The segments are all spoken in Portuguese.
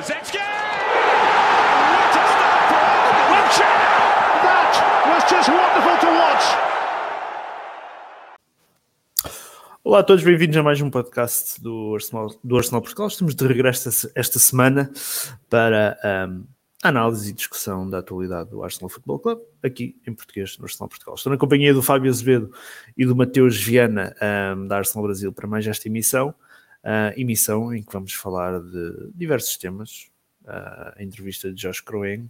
Kulusevski! What a start for Arsenal! That was just wonderful to watch! Olá a todos, bem-vindos a mais um podcast do Arsenal Portugal. Estamos de regresso esta semana para a análise e discussão da atualidade do Arsenal Football Club, aqui em português, no Arsenal Portugal. Estou na companhia do Fábio Azevedo e do Mateus Viana, da Arsenal Brasil, para mais esta emissão em que vamos falar de diversos temas. A entrevista de Josh Kroenke,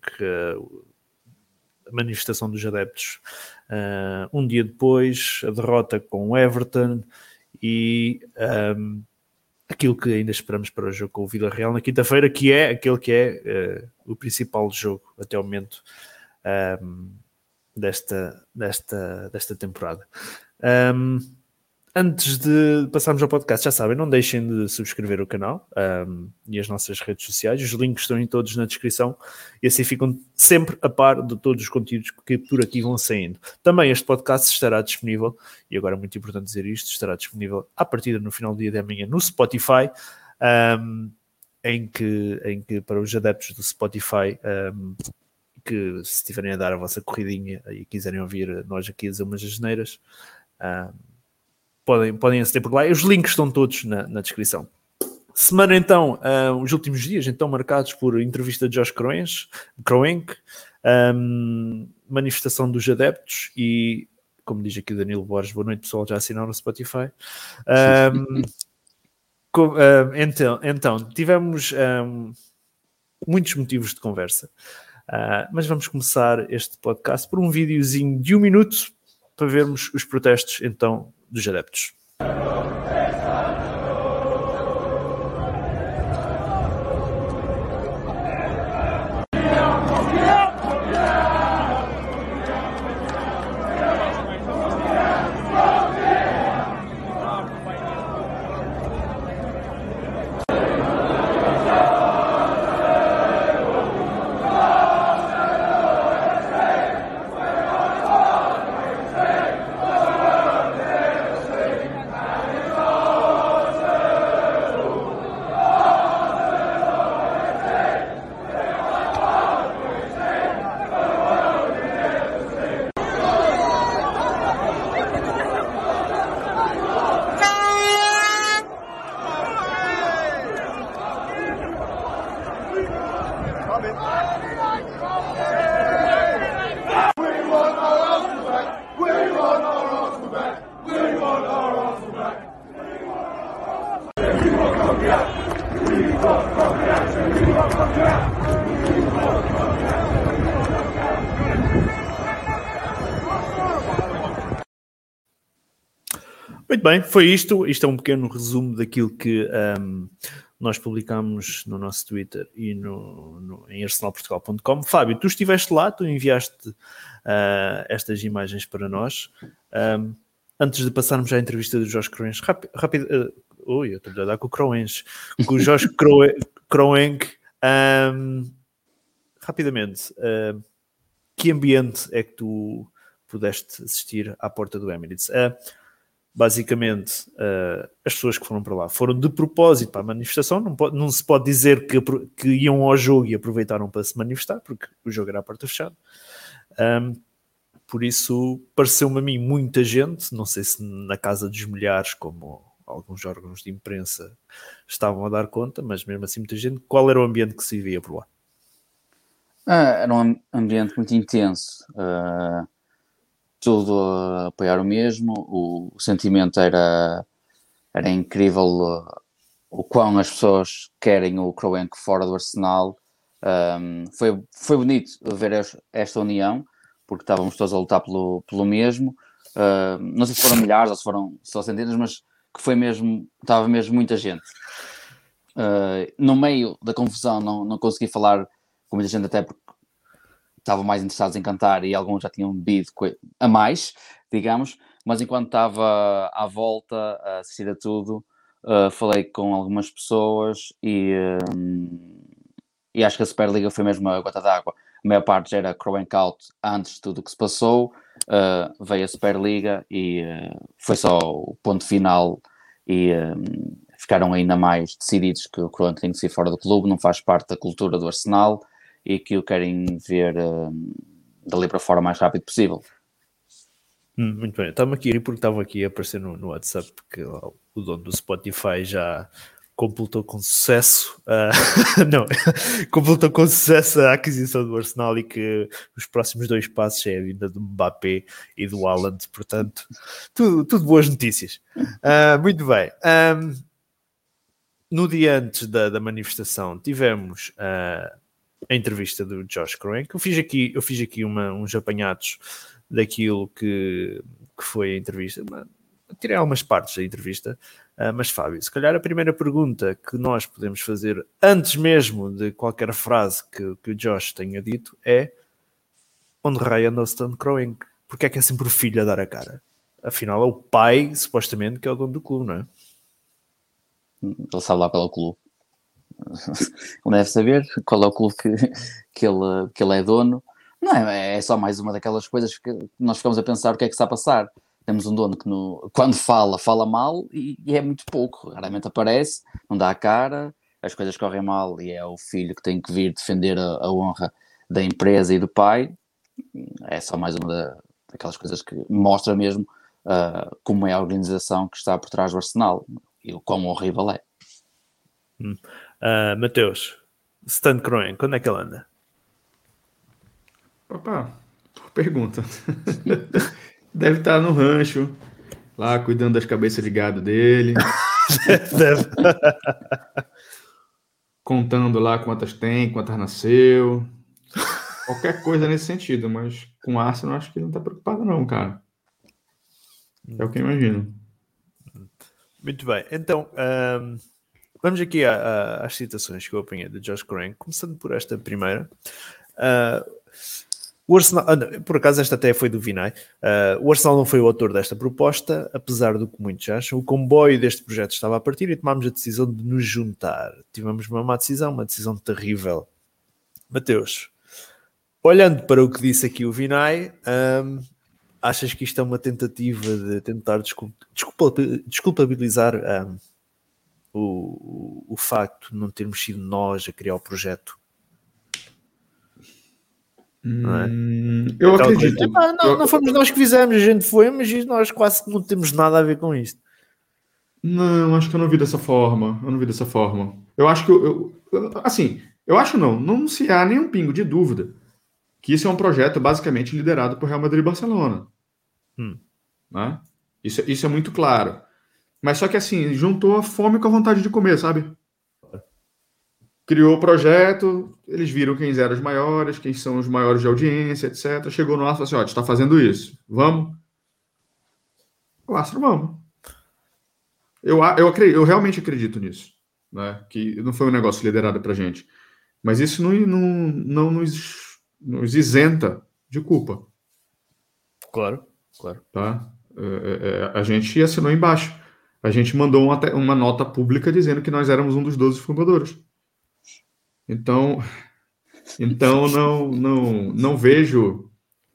a manifestação dos adeptos um dia depois, a derrota com o Everton e aquilo que ainda esperamos para o jogo com o Villarreal na quinta-feira, que é aquele que é o principal jogo até o momento desta temporada. Antes de passarmos ao podcast, já sabem, não deixem de subscrever o canal e as nossas redes sociais. Os links estão em todos na descrição e assim ficam sempre a par de todos os conteúdos que por aqui vão saindo. Também este podcast estará disponível, e agora é muito importante dizer isto, estará disponível à partida no final do dia de amanhã no Spotify, em que para os adeptos do Spotify, que se estiverem a dar a vossa corridinha e quiserem ouvir nós aqui a dizer umas asneiras, podem aceder por lá. Os links estão todos na descrição. Semana então, os últimos dias então marcados por entrevista de Josh Kroenke, manifestação dos adeptos e, como diz aqui o Danilo Borges, boa noite pessoal, já assinaram no Spotify. Então, tivemos muitos motivos de conversa, mas vamos começar este podcast por um videozinho de 1 minuto para vermos os protestos então dos adeptos. Muito bem, foi isto. Isto é um pequeno resumo daquilo que nós publicámos no nosso Twitter e em arsenalportugal.com. Fábio, tu estiveste lá, tu enviaste estas imagens para nós. Antes de passarmos à entrevista do Josh Kroenke, eu estou a dar com o Kroenke, com o Josh Kroenke, rapidamente, que ambiente é que tu pudeste assistir à porta do Emirates? Basicamente, as pessoas que foram para lá foram de propósito para a manifestação. Não se pode dizer que iam ao jogo e aproveitaram para se manifestar, porque o jogo era à porta fechada. Por isso, pareceu-me a mim muita gente, não sei se na casa dos milhares, como alguns órgãos de imprensa estavam a dar conta, mas mesmo assim muita gente. Qual era o ambiente que se vivia por lá? Era um ambiente muito intenso. Tudo a apoiar o mesmo, o sentimento era incrível, o quão as pessoas querem o Kroenke fora do Arsenal. Foi bonito ver esta união, porque estávamos todos a lutar pelo mesmo. Não sei se foram milhares ou se foram só centenas, mas que estava mesmo muita gente. No meio da confusão não consegui falar com muita gente, até porque estavam mais interessados em cantar e alguns já tinham bebido a mais, digamos, mas enquanto estava à volta a assistir a tudo, falei com algumas pessoas e acho que a Superliga foi mesmo a gota d'água. A maior parte já era Kroenke out antes de tudo o que se passou, veio a Superliga e foi só o ponto final e ficaram ainda mais decididos que o Kroenke tem que sair fora do clube, não faz parte da cultura do Arsenal e que o querem ver dali para fora o mais rápido possível. Muito bem, estava aqui porque estava aqui a aparecer no WhatsApp que o dono do Spotify já completou com sucesso não, completou com sucesso a aquisição do Arsenal e que os próximos 2 passos é a vinda do Mbappé e do Haaland, portanto tudo boas notícias. Muito bem, no dia antes da manifestação tivemos a entrevista do Josh Kroenke. Eu fiz aqui uns apanhados daquilo que foi a entrevista, tirei algumas partes da entrevista, mas Fábio, se calhar a primeira pergunta que nós podemos fazer antes mesmo de qualquer frase que o Josh tenha dito é: onde raio anda o Stan Kroenke? Porque é que é sempre o filho a dar a cara? Afinal é o pai, supostamente, que é o dono do clube, não é? Ele sabe lá qual é o clube. Ele deve saber qual é o clube que ele é dono. Não é só mais uma daquelas coisas que nós ficamos a pensar o que é que está a passar. Temos um dono que quando fala mal e é muito pouco, raramente aparece, não dá a cara, as coisas correm mal e é o filho que tem que vir defender a honra da empresa e do pai. É só mais uma daquelas coisas que mostra mesmo como é a organização que está por trás do Arsenal e o quão horrível é. Mateus, Stan Kroenke, quando é que ele anda? Opa, pergunta. Deve estar no rancho, lá cuidando das cabeças de gado dele. Deve. Contando lá quantas tem, quantas nasceu. Qualquer coisa nesse sentido, mas com Arsenal acho que ele não está preocupado não, cara. É o que eu imagino. Muito bem, então vamos aqui às citações que eu apanhei de Josh Kroenke, começando por esta primeira. O Arsenal, por acaso esta até foi do Vinay. O Arsenal não foi o autor desta proposta, apesar do que muitos acham. O comboio deste projeto estava a partir e tomámos a decisão de nos juntar. Tivemos uma má decisão, uma decisão terrível. Mateus, olhando para o que disse aqui o Vinay, achas que isto é uma tentativa de tentar desculpabilizar o facto de não termos sido nós a criar o projeto? Não é? Eu acredito. Não fomos nós que fizemos, a gente foi, mas nós quase não temos nada a ver com isto. Não, acho que eu não vi dessa forma. Eu acho que eu acho não se há nenhum pingo de dúvida que isso é um projeto basicamente liderado por Real Madrid e Barcelona. Né? Isso é muito claro. Mas só que assim, juntou a fome com a vontade de comer, sabe? Criou o projeto, eles viram quem eram os maiores, quem são os maiores de audiência, etc. Chegou no Arsenal e falou assim, ó, a gente está fazendo isso, vamos? O Arsenal, vamos. Eu realmente acredito nisso, né? Que não foi um negócio liderado pra gente. Mas isso não nos isenta de culpa. Claro. Tá? A gente assinou embaixo. A gente mandou uma nota pública dizendo que nós éramos um dos 12 fundadores. Então não vejo,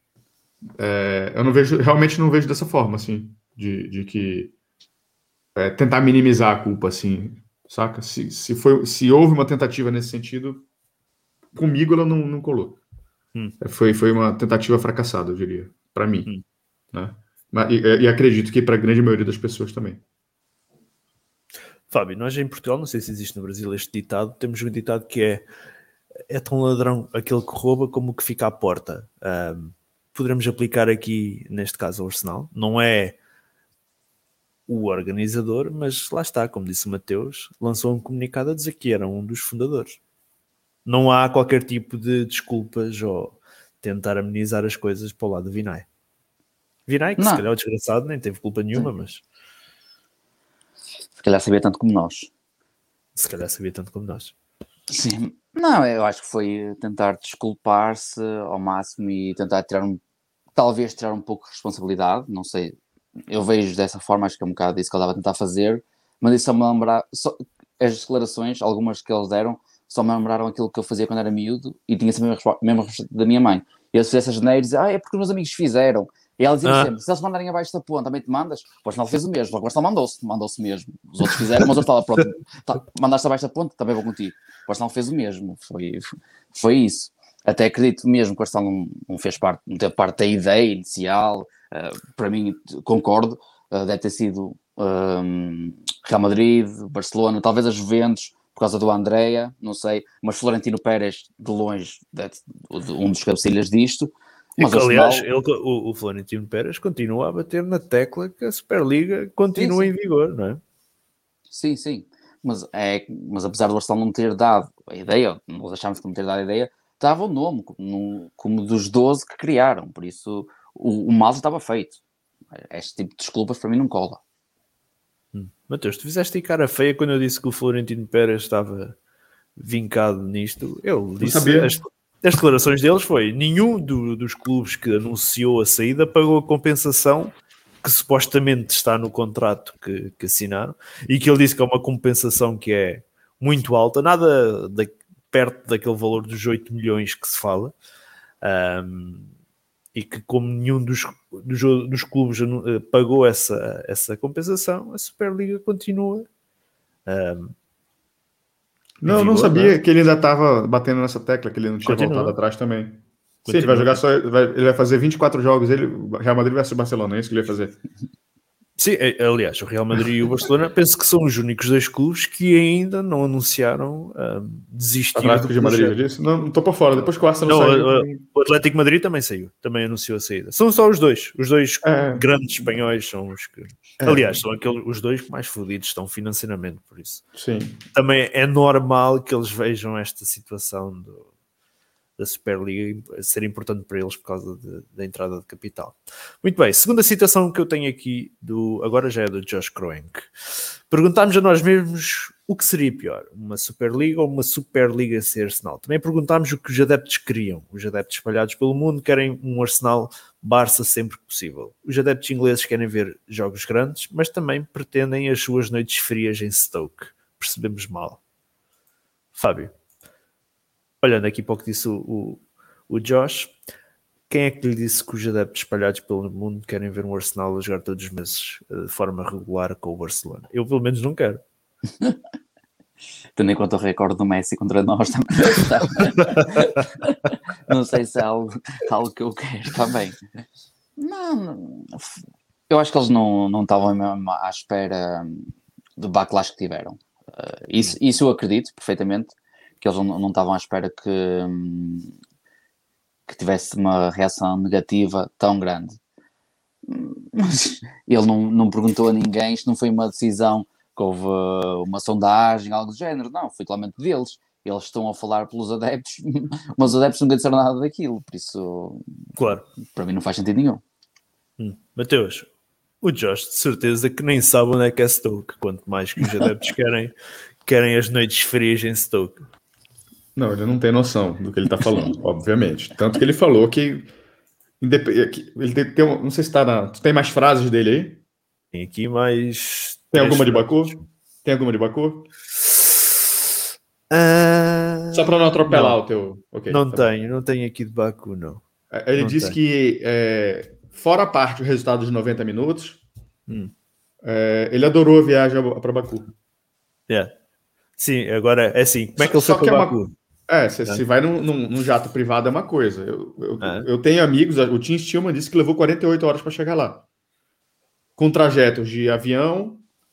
realmente não vejo dessa forma, assim, de que tentar minimizar a culpa, assim, saca? Se houve uma tentativa nesse sentido, comigo ela não colou. Foi uma tentativa fracassada, eu diria, para mim, né? E acredito que para a grande maioria das pessoas também. Fábio, nós em Portugal, não sei se existe no Brasil este ditado, temos um ditado que é tão ladrão aquele que rouba como o que fica à porta. Poderemos aplicar aqui, neste caso, ao Arsenal. Não é o organizador, mas lá está, como disse o Mateus, lançou um comunicado a dizer que era um dos fundadores. Não há qualquer tipo de desculpas ou tentar amenizar as coisas para o lado do Vinay. Vinay, que se calhar é o desgraçado, nem teve culpa nenhuma, mas... Se calhar sabia tanto como nós. Sim. Não, eu acho que foi tentar desculpar-se ao máximo e tentar talvez tirar um pouco de responsabilidade, não sei, eu vejo dessa forma, acho que é um bocado isso que ele estava a tentar fazer, mas isso só me lembrar, as declarações, algumas que eles deram, só me lembraram aquilo que eu fazia quando era miúdo e tinha sempre a mesma resposta da minha mãe. Eu se fizesse as geneiras, é porque os meus amigos fizeram, E ela dizia sempre, se eles mandarem abaixo da ponte, também te mandas? O Arsenal fez o mesmo, o Arsenal mandou-se mesmo. Os outros fizeram, mas eu estava pronto, mandaste abaixo da ponte, também vou contigo. O Arsenal fez o mesmo, foi isso. Até acredito mesmo que o Arsenal não teve parte da ideia inicial, para mim, concordo, deve ter sido Real Madrid, Barcelona, talvez a Juventus, por causa do Andrea, não sei, mas Florentino Pérez, de longe, um dos cabecilhas disto. Mas, aliás, o Florentino Pérez continua a bater na tecla que a Superliga continua em vigor, não é? Sim. Mas apesar do Arsenal não ter dado a ideia, nós achámos que não ter dado a ideia, dava o nome como dos 12 que criaram, por isso o mal já estava feito. Este tipo de desculpas para mim não cola. Mateus, tu fizeste aí cara feia quando eu disse que o Florentino Pérez estava vincado nisto. Ele disse, as declarações deles foi, nenhum dos clubes que anunciou a saída pagou a compensação que supostamente está no contrato que assinaram, e que ele disse que é uma compensação que é muito alta, nada perto daquele valor dos 8 milhões que se fala, e que como nenhum dos clubes pagou essa compensação, a Superliga continua. Não sabia, né? Que ele ainda estava batendo nessa tecla, que ele não tinha voltado atrás também. Sim, ele vai jogar ele vai fazer 24 jogos, o Real Madrid versus Barcelona, é isso que ele vai fazer. Sim, aliás, o Real Madrid e o Barcelona penso que são os únicos 2 clubes que ainda não anunciaram desistir do Atlético de Madrid, disse? Não estou por fora, depois que o Arsenal saiu. O Atlético de Madrid também saiu, também anunciou a saída. São só os dois grandes espanhóis são os que... Aliás, são os 2 que mais fodidos estão financeiramente, por isso. Sim. Também é normal que eles vejam esta situação da Superliga ser importante para eles por causa da entrada de capital. Muito bem, segunda citação que eu tenho aqui, agora já é do Josh Kroenke. Perguntámos a nós mesmos o que seria pior, uma Superliga ou uma Superliga sem Arsenal. Também perguntámos o que os adeptos queriam. Os adeptos espalhados pelo mundo querem um Arsenal-Barça sempre que possível. Os adeptos ingleses querem ver jogos grandes, mas também pretendem as suas noites frias em Stoke. Percebemos mal. Fábio, olhando aqui para o que disse o Josh, quem é que lhe disse que os adeptos espalhados pelo mundo querem ver um Arsenal a jogar todos os meses de forma regular com o Barcelona? Eu, pelo menos, não quero. Tendo em conta o recorde do Messi contra nós, não sei se é algo que eu quero também. Não, eu acho que eles não estavam mesmo à espera do backlash que tiveram. Isso eu acredito perfeitamente, que eles não estavam à espera que tivesse uma reação negativa tão grande. Mas ele não perguntou a ninguém, isto não foi uma decisão que houve uma sondagem, algo do género, não, foi claramente deles. Eles estão a falar pelos adeptos, mas os adeptos nunca disseram nada daquilo, por isso, claro, para mim não faz sentido nenhum. Mateus, o Josh de certeza que nem sabe onde é que é Stoke, quanto mais que os adeptos querem as noites frias em Stoke. Não, ele não tem noção do que ele está falando, obviamente. Tanto que ele falou que ele tem não sei se está Tu tem mais frases dele aí? Tem aqui mais... Tem alguma de Baku? Só para não atropelar o teu... Okay, não tenho aqui de Baku, não. Ele disse que, fora a parte o resultado de 90 minutos, ele adorou a viagem para Baku. Sim, agora é assim, como é que ele foi para Baku? Se vai num jato privado é uma coisa. Eu tenho amigos, o Tim Stillman disse que levou 48 horas para chegar lá. Com trajetos de avião,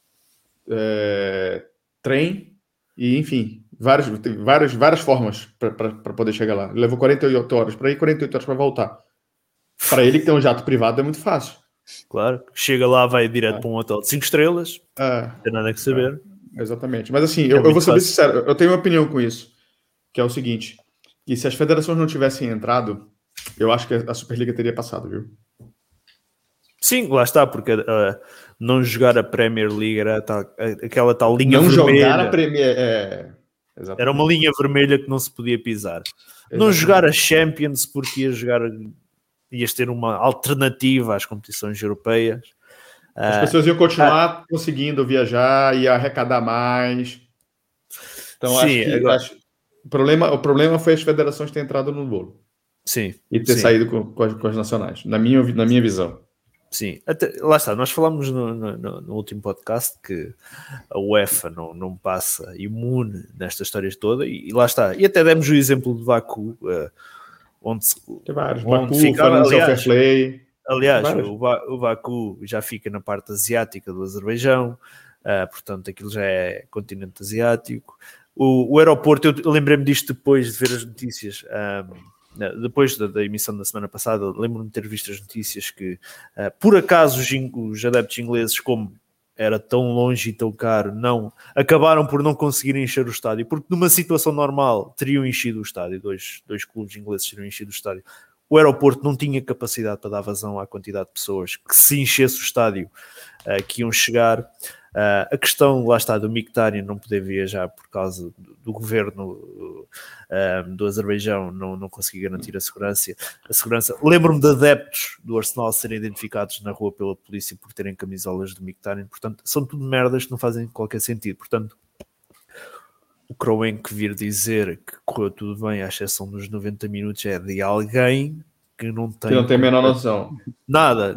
trem, e enfim, várias formas para poder chegar lá. Ele levou 48 horas para ir, 48 horas para voltar. Para ele que tem um jato privado é muito fácil. Claro, chega lá, vai direto para um hotel de 5 estrelas, não tem nada que saber. Exatamente. Mas assim, eu vou ser sincero, eu tenho uma opinião com isso, que é o seguinte, que se as federações não tivessem entrado, eu acho que a Superliga teria passado, viu? Sim, lá está, porque não jogar a Premier League era aquela tal linha vermelha. Não jogar a Premier... era uma linha vermelha que não se podia pisar. Exatamente. Não jogar a Champions porque ias ter uma alternativa às competições europeias. As pessoas iam continuar conseguindo viajar e arrecadar mais. Então, sim, o problema foi as federações terem entrado no bolo. Sim. E ter saído com as nacionais, na minha visão. Sim, lá está, nós falámos no último podcast que a UEFA não passa imune nesta história toda, e lá está, e até demos o exemplo de Baku, onde Baku, ficava, Fair Play. Aliás, o Baku já fica na parte asiática do Azerbaijão, portanto aquilo já é continente asiático. O aeroporto, eu lembrei-me disto depois de ver as notícias, depois da emissão da semana passada, lembro-me de ter visto as notícias que, por acaso, os adeptos ingleses, como era tão longe e tão caro, acabaram por não conseguir encher o estádio, porque numa situação normal teriam enchido o estádio, dois clubes ingleses teriam enchido o estádio. O aeroporto não tinha capacidade para dar vazão à quantidade de pessoas que, se enchesse o estádio, que iam chegar. A questão, lá está, do Mkhitaryan não poder viajar por causa do governo do Azerbaijão não conseguir garantir a segurança. Lembro-me de adeptos do Arsenal serem identificados na rua pela polícia por terem camisolas do Mkhitaryan. Portanto, são tudo merdas que não fazem qualquer sentido. Portanto, o Kroenke vir dizer que correu tudo bem, à exceção dos 90 minutos, é de alguém que não tem a menor noção. Nada.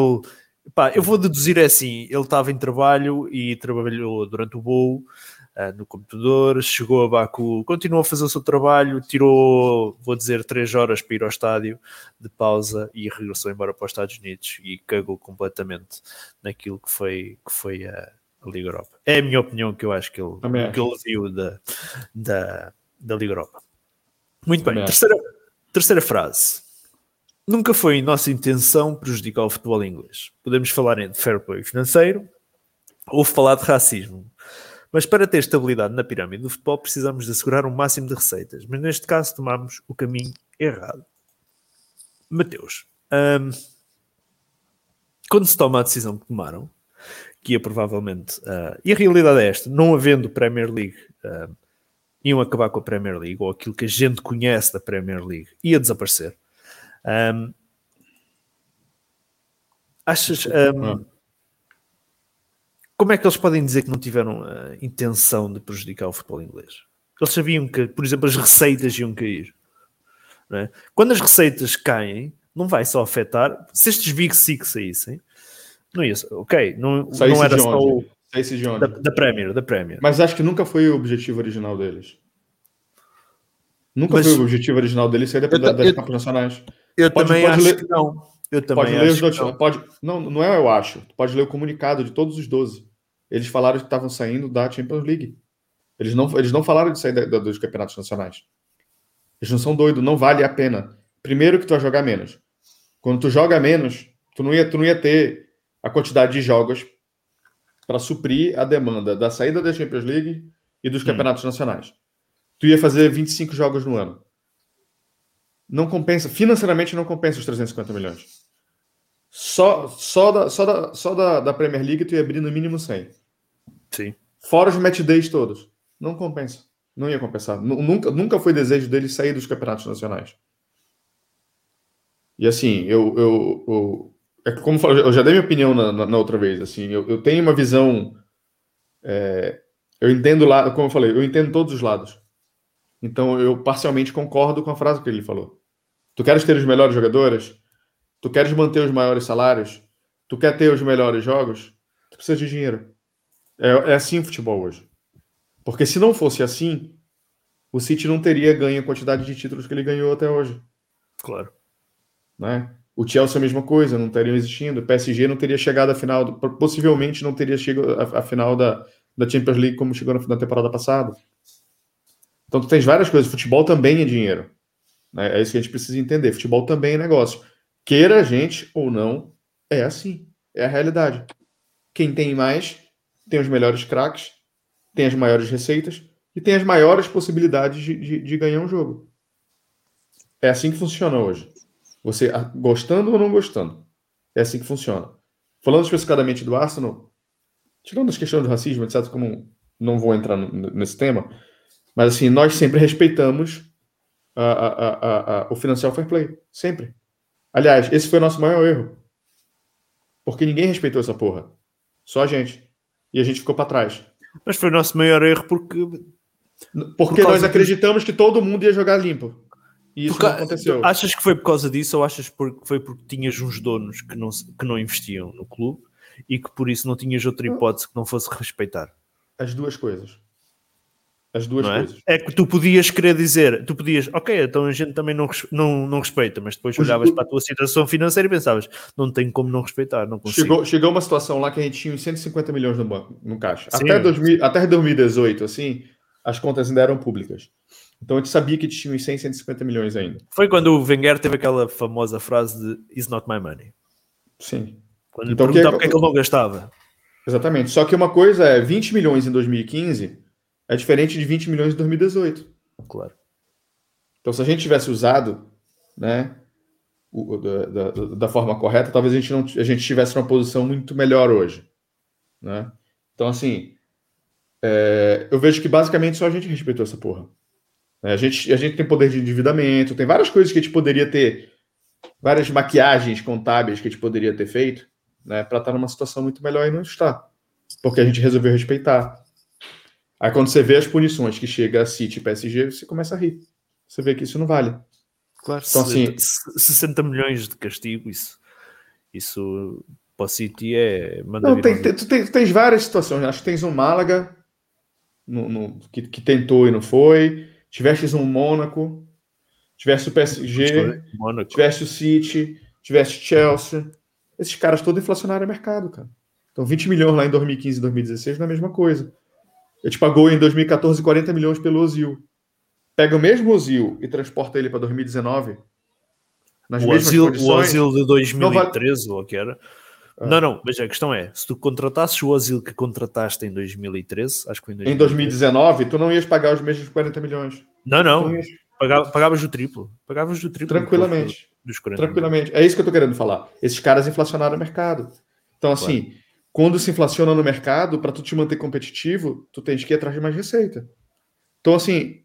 Eu vou deduzir assim, ele estava em trabalho e trabalhou durante o voo no computador, chegou a Baku, continuou a fazer o seu trabalho, tirou, vou dizer, 3 horas para ir ao estádio de pausa e regressou embora para os Estados Unidos e cagou completamente naquilo que foi a Liga Europa. É a minha opinião, que eu acho que ele viu da Liga Europa. Muito bem, terceira frase. Nunca foi nossa intenção prejudicar o futebol inglês. Podemos falar em fair play financeiro ou falar de racismo. Mas para ter estabilidade na pirâmide do futebol precisamos de assegurar um máximo de receitas. Mas neste caso tomamos o caminho errado. Mateus, quando se toma a decisão que tomaram, que ia provavelmente... e a realidade é esta, não havendo Premier League, iam acabar com a Premier League, ou aquilo que a gente conhece da Premier League, ia desaparecer. Achas... como é que eles podem dizer que não tiveram a intenção de prejudicar o futebol inglês? Eles sabiam que, por exemplo, as receitas iam cair. Não é? Quando as receitas caem, não vai só afetar... Se estes Big Six saíssem, não ia... Ok, não era só o... Da Premier. Mas acho que nunca foi o objetivo original deles. Nunca foi o objetivo original deles sair das Copas Nacionais. Eu também acho que não. Não é eu acho. Tu pode ler o comunicado de todos os 12. Eles falaram que estavam saindo da Champions League. Eles não falaram de sair dos campeonatos nacionais. Eles não são doidos, não vale a pena. Primeiro que tu vai jogar menos. Quando tu joga menos, tu não ia ter a quantidade de jogos para suprir a demanda da saída da Champions League e dos campeonatos nacionais. Tu ia fazer 25 jogos no ano. Não compensa, financeiramente não compensa os 350 milhões. Só da Premier League tu ia abrir no mínimo 100. Sim. Fora os match days todos. Não compensa. Não ia compensar. Nunca foi desejo deles sair dos campeonatos nacionais. E assim, é como eu falei, eu já dei minha opinião na outra vez. Assim, eu tenho uma visão. Eu entendo lá, como eu falei, eu entendo todos os lados. Então eu parcialmente concordo com a frase que ele falou. Tu queres ter os melhores jogadores? Tu queres manter os maiores salários? Tu quer ter os melhores jogos? Tu precisa de dinheiro. É assim o futebol hoje. Porque se não fosse assim, o City não teria ganho a quantidade de títulos que ele ganhou até hoje. Claro. Né? O Chelsea é a mesma coisa, não teriam existindo. O PSG não teria chegado à final, possivelmente não teria chegado à final da Champions League como chegou na temporada passada. Então tu tens várias coisas. Futebol também é dinheiro. Né? É isso que a gente precisa entender. Futebol também é negócio. Queira a gente ou não, é assim. É a realidade. Quem tem mais, tem os melhores craques, tem as maiores receitas e tem as maiores possibilidades de ganhar um jogo. É assim que funciona hoje. Você gostando ou não gostando. É assim que funciona. Falando especificadamente do Arsenal, tirando as questões do racismo, etc., como não vou entrar nesse tema, mas assim, nós sempre respeitamos o Financial Fair Play. Sempre. Aliás, esse foi o nosso maior erro. Porque ninguém respeitou essa porra. Só a gente. E a gente ficou para trás. Mas foi o nosso maior erro porque nós acreditamos que todo mundo ia jogar limpo. E isso não aconteceu. Achas que foi por causa disso ou achas que foi porque tinhas uns donos que não investiam no clube e que por isso não tinhas outra hipótese que não fosse respeitar? As duas coisas. As duas coisas. É que tu podias querer dizer, ok, então a gente também não respeita, mas depois olhavas para a tua situação financeira e pensavas, não tem como não respeitar, não consigo. Chegou uma situação lá que a gente tinha uns 150 milhões no banco, no caixa. Sim. Até 2018, assim, as contas ainda eram públicas. Então a gente sabia que tinha uns 100, 150 milhões ainda. Foi quando o Wenger teve aquela famosa frase de "It's not my money". Sim. Quando então, perguntava porque é que ele não gastava. Exatamente. Só que uma coisa é 20 milhões em 2015 é diferente de 20 milhões em 2018. Claro. Então, se a gente tivesse usado, né, da forma correta, talvez a gente estivesse numa posição muito melhor hoje, né? Então, assim, eu vejo que basicamente só a gente respeitou essa porra. A gente tem poder de endividamento, tem várias coisas que a gente poderia ter, várias maquiagens contábeis que a gente poderia ter feito, né, para estar numa situação muito melhor e não está, porque a gente resolveu respeitar. Aí quando você vê as punições que chega a City e PSG, você começa a rir. Você vê que isso não vale. Claro, então, assim, 60 milhões de castigo, isso para o City é... Tu tens várias situações. Acho que tens um Málaga que tentou e não foi. Tiveste um Mônaco. Tiveste o PSG. Tiveste o City. Tiveste Chelsea. Esses caras todos inflacionaram o mercado, cara. Então 20 milhões lá em 2015 e 2016 não é a mesma coisa. Ele te pagou em 2014 40 milhões pelo Ozil. Pega o mesmo Ozil e transporta ele para 2019 nas mesmas condições. O Ozil de 2013 ou o que era. Não, mas a questão é, se tu contratasses o Ozil que contrataste em 2013, acho que foi em 2019, tu não ias pagar os mesmos 40 milhões. Não. Pagavas o triplo. Tranquilamente. Dos 40 Tranquilamente. milhões. É isso que eu tô querendo falar. Esses caras inflacionaram o mercado. Então, assim, quando se inflaciona no mercado, para tu te manter competitivo, tu tens que ir atrás de mais receita. Então, assim,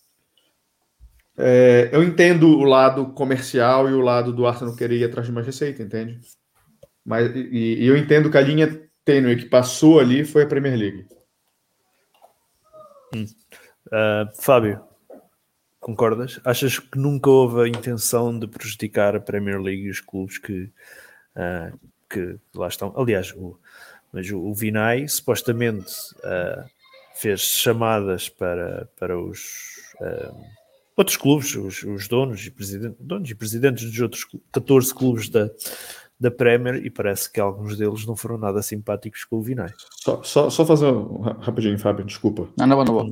eu entendo o lado comercial e o lado do Arsenal querer ir atrás de mais receita, entende? Mas e eu entendo que a linha tênue que passou ali foi a Premier League. Fábio, concordas? Achas que nunca houve a intenção de prejudicar a Premier League e os clubes que lá estão? Aliás, o Vinay supostamente fez chamadas para os outros clubes, os donos e presidentes dos outros 14 clubes da Premier, e parece que alguns deles não foram nada simpáticos com o Vinay. Só fazer rapidinho, Fábio, desculpa. Não.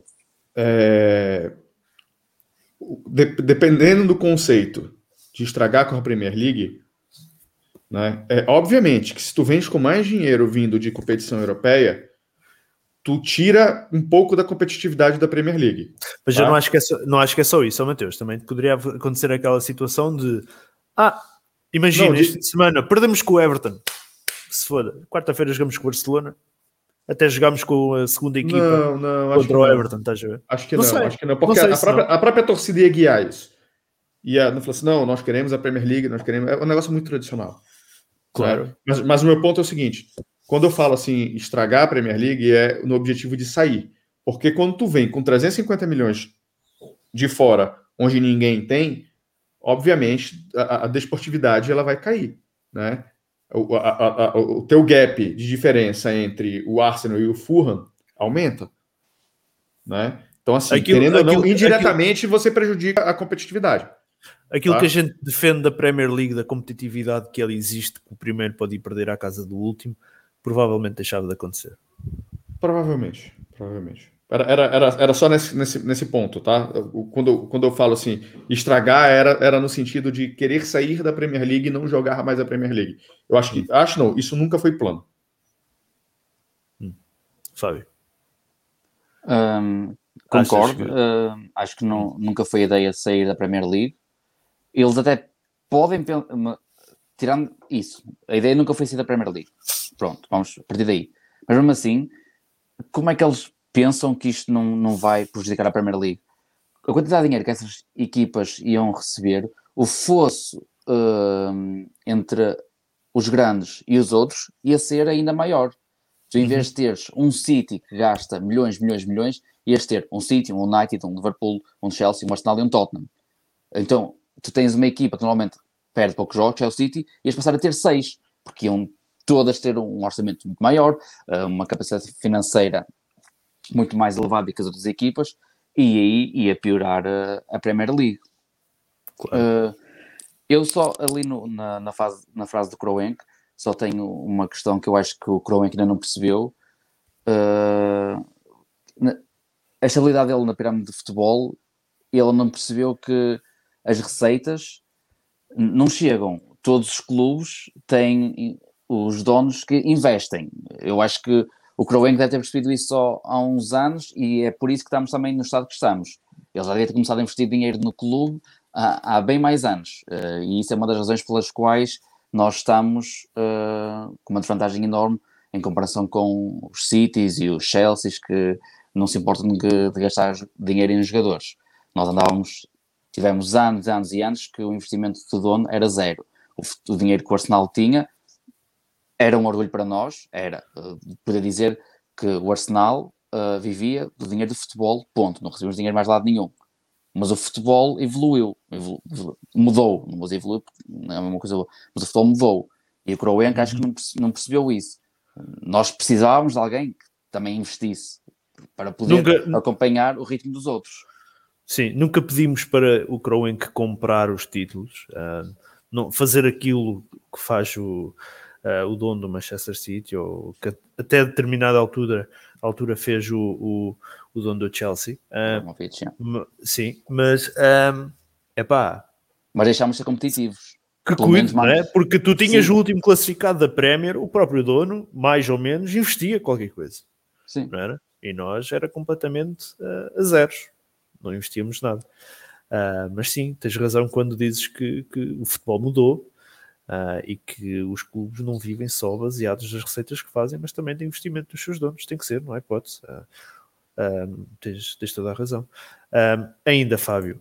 Dependendo do conceito de estragar com a Premier League, né, obviamente que se tu vens com mais dinheiro vindo de competição europeia, tu tira um pouco da competitividade da Premier League. Mas eu não acho que é só isso, Mateus. Também poderia acontecer aquela situação de imagina, este fim de semana perdemos com o Everton, se foda, quarta-feira jogamos com o Barcelona, até jogámos com a segunda equipa contra o Everton, estás a ver? Acho que não, porque a própria torcida ia guiar isso. Não falou assim, não, nós queremos a Premier League, nós queremos... É um negócio muito tradicional. Claro. Né? Mas o meu ponto é o seguinte, quando eu falo assim, estragar a Premier League é no objetivo de sair. Porque quando tu vem com 350 milhões de fora, onde ninguém tem, obviamente a desportividade ela vai cair, né? O teu gap de diferença entre o Arsenal e o Fulham aumenta, né? Então, assim, querendo ou não, indiretamente você prejudica a competitividade. Aquilo que a gente defende da Premier League, da competitividade que ela existe, que o primeiro pode ir perder à casa do último, provavelmente deixava de acontecer. Provavelmente. Era só nesse ponto, tá? Quando eu falo assim, estragar era no sentido de querer sair da Premier League e não jogar mais a Premier League. Eu acho não, isso nunca foi plano. Fábio? Concordo. Acho que nunca foi a ideia de sair da Premier League. Eles até podem, tirando isso, a ideia nunca foi sair da Premier League. Pronto, vamos a partir daí. Mas mesmo assim, como é que eles pensam que isto não vai prejudicar a Premier League? A quantidade de dinheiro que essas equipas iam receber, o fosso entre os grandes e os outros ia ser ainda maior. Tu, em vez de teres um City que gasta milhões, ias ter um City, um United, um Liverpool, um Chelsea, um Arsenal e um Tottenham. Então, tu tens uma equipa que normalmente perde poucos jogos, é o City, e ias passar a ter 6, porque iam todas ter um orçamento muito maior, uma capacidade financeira muito mais elevada que as outras equipas, e aí ia piorar a Premier League. Claro. Eu só ali na frase do Kroenke, só tenho uma questão que eu acho que o Kroenke ainda não percebeu. A estabilidade dele na pirâmide de futebol, ele não percebeu que as receitas não chegam. Todos os clubes têm os donos que investem. Eu acho que o Kroenke deve ter percebido isso só há uns anos e é por isso que estamos também no estado que estamos. Ele já devia ter começado a investir dinheiro no clube há bem mais anos. E isso é uma das razões pelas quais nós estamos com uma desvantagem enorme em comparação com os Cities e os Chelseas, que não se importam de gastar dinheiro em jogadores. Nós tivemos anos e anos que o investimento do dono era zero. O dinheiro que o Arsenal tinha era um orgulho para nós, era poder dizer que o Arsenal vivia do dinheiro do futebol, ponto, não recebemos dinheiro mais de lado nenhum. Mas o futebol evoluiu, mudou, não vou dizer evoluiu, não é a mesma coisa, mas o futebol mudou. E o Kroenke acho que não percebeu isso. Nós precisávamos de alguém que também investisse para poder acompanhar o ritmo dos outros. Sim, nunca pedimos para o Kroenke comprar os títulos, não, fazer aquilo que faz o dono do Manchester City, ou que até determinada altura fez o dono do Chelsea. Sim, mas mas deixámos de ser competitivos. Que cuide, não é? Porque tu tinhas o último classificado da Premier, o próprio dono, mais ou menos, investia qualquer coisa. Sim. Não era? E nós era completamente a zeros. Não investíamos nada. Mas sim, tens razão quando dizes que o futebol mudou e que os clubes não vivem só baseados nas receitas que fazem, mas também tem investimento dos seus donos. Tem que ser, não é hipótese. Tens toda a razão. Ainda, Fábio,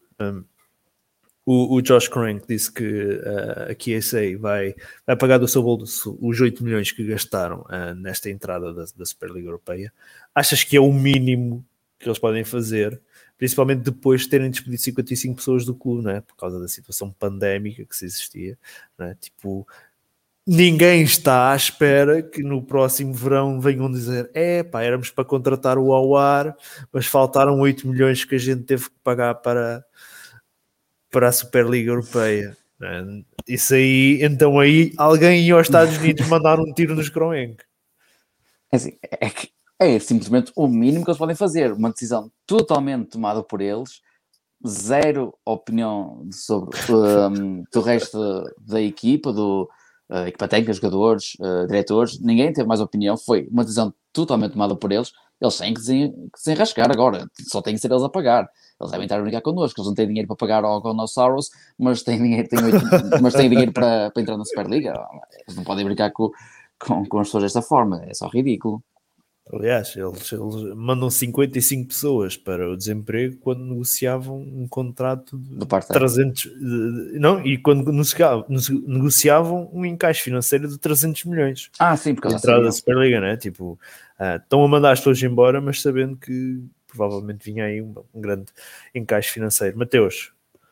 o Josh Kroenke disse que a KSA vai pagar do seu bolso os 8 milhões que gastaram nesta entrada da Superliga Europeia. Achas que é o mínimo que eles podem fazer, principalmente depois de terem despedido 55 pessoas do clube, não é? Por causa da situação pandémica que se existia, não é? Tipo, ninguém está à espera que no próximo verão venham dizer éramos para contratar o Aouar, mas faltaram 8 milhões que a gente teve que pagar para a Superliga Europeia. Isso aí, então aí alguém ia aos Estados Unidos mandar um tiro nos Kroenke. Assim, é simplesmente o mínimo que eles podem fazer. Uma decisão totalmente tomada por eles, zero opinião sobre do resto da equipa, equipa técnica, jogadores, diretores, ninguém teve mais opinião. Foi uma decisão totalmente tomada por eles. Eles têm que se enrascar agora, só têm que ser eles a pagar. Eles devem estar a brincar connosco, eles não têm dinheiro para pagar ao Gonçalves, mas têm dinheiro para entrar na Superliga. Eles não podem brincar com as pessoas desta forma, é só ridículo. Aliás, eles mandam 55 pessoas para o desemprego quando negociavam um contrato de 300... e quando negociavam um encaixe financeiro de 300 milhões. Sim, porque a entrada da Superliga, né? Tipo, estão a mandar as pessoas embora, mas sabendo que provavelmente vinha aí um grande encaixe financeiro. Mateus,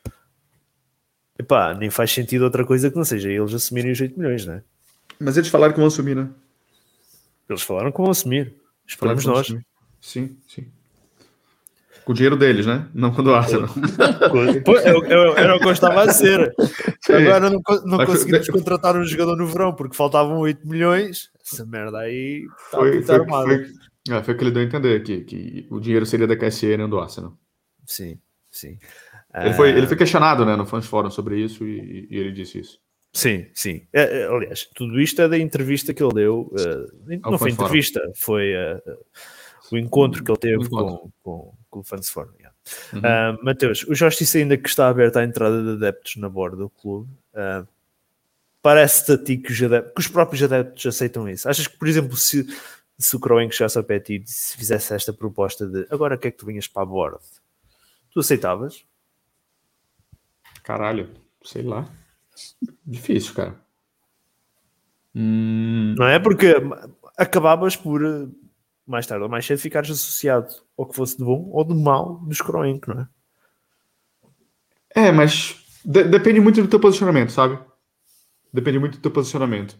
nem faz sentido outra coisa que não seja eles assumirem os 8 milhões, né? Mas eles falaram que vão assumir, né? Eles falaram que vão assumir. Esperamos nós. Assumir. Sim. Com o dinheiro deles, né? Não com o do Arsenal. Era o que eu estava a dizer. Agora não conseguimos contratar um jogador no verão porque faltavam 8 milhões. Essa merda aí está armada. Foi o que ele deu a entender, que o dinheiro seria da KSE e não do Arsenal. Sim. Ele foi questionado, né, no Fans Forum sobre isso e ele disse isso. Sim. Aliás, tudo isto é da entrevista que ele deu. Não foi entrevista, foi o encontro que ele teve com o Fans Forum. Yeah. Mateus, o Justiça ainda que está aberto à entrada de adeptos na borda do clube. Parece-te a ti que os próprios adeptos aceitam isso? Achas que, por exemplo, se o Kroenke chegasse ao pé de ti e se fizesse esta proposta de agora que é que tu vinhas para a borda, tu aceitavas? Caralho, sei lá. Difícil, cara. Não é? Porque acabavas por mais tarde ou mais cedo ficares associado ao que fosse de bom ou de mau dos Kroenke, não é? Mas depende muito do teu posicionamento, sabe? Depende muito do teu posicionamento.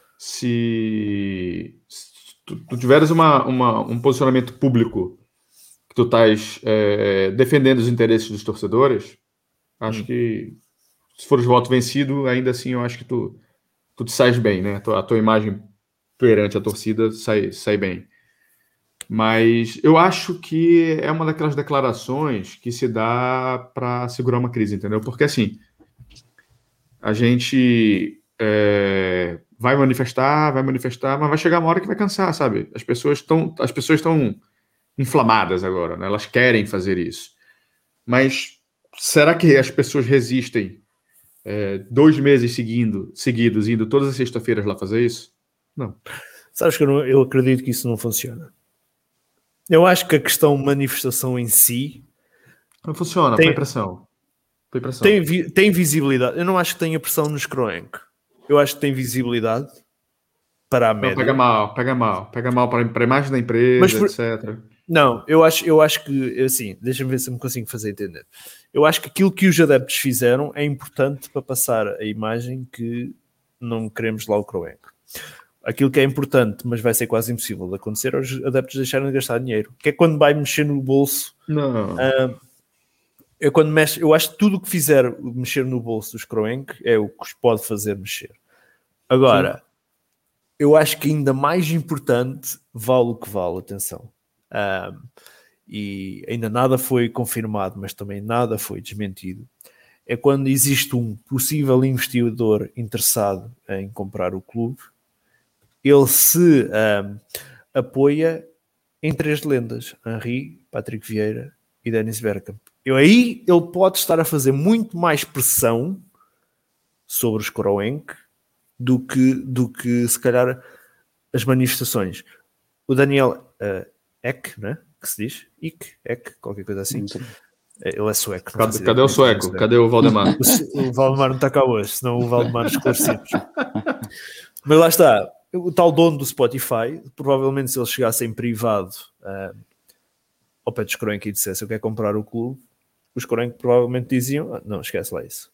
Se tu tiveres um posicionamento público que tu estás defendendo os interesses dos torcedores, acho que se for de voto vencido, ainda assim eu acho que tu te sais bem, né? A tua imagem perante a torcida sai bem. Mas eu acho que é uma daquelas declarações que se dá para segurar uma crise, entendeu? Porque assim, a gente vai manifestar, mas vai chegar uma hora que vai cansar, sabe? As pessoas estão inflamadas agora, né? Elas querem fazer isso. Mas será que as pessoas resistem 2 meses seguidos, indo todas as sextas-feiras lá fazer isso? Não. Sabes que eu acredito que isso não funciona. Eu acho que a questão manifestação em si... Não funciona, foi pressão. Tem visibilidade. Eu não acho que tenha pressão nos Kroenke. Eu acho que tem visibilidade para a média. Pega mal para a imagem da empresa, etc. Não, eu acho que, assim, deixa-me ver se eu me consigo fazer entender. Eu acho que aquilo que os adeptos fizeram é importante para passar a imagem que não queremos lá o Kroenke. Aquilo que é importante, mas vai ser quase impossível de acontecer, é os adeptos deixarem de gastar dinheiro. Que é quando vai mexer no bolso. Não. Eu acho que tudo o que fizer mexer no bolso dos Kroenke é o que os pode fazer mexer. Agora, sim, eu acho que ainda mais importante, vale o que vale, atenção. E ainda nada foi confirmado, mas também nada foi desmentido. É quando existe um possível investidor interessado em comprar o clube, ele se apoia em 3 lendas: Henry, Patrick Vieira e Dennis Bergkamp. Aí ele pode estar a fazer muito mais pressão sobre os Kroenke do que se calhar as manifestações. O Daniel Ek, né? Que se diz? Ek, qualquer coisa assim. Ele é sueco. Cadê o sueco? Cadê o Valdemar? O Valdemar não está cá hoje, senão o Valdemar esclarecemos. Mas lá está. O tal dono do Spotify, provavelmente se ele chegasse em privado ao pé dos Kroenke e dissesse eu quero comprar o clube, os Kroenke provavelmente diziam não, esquece lá isso.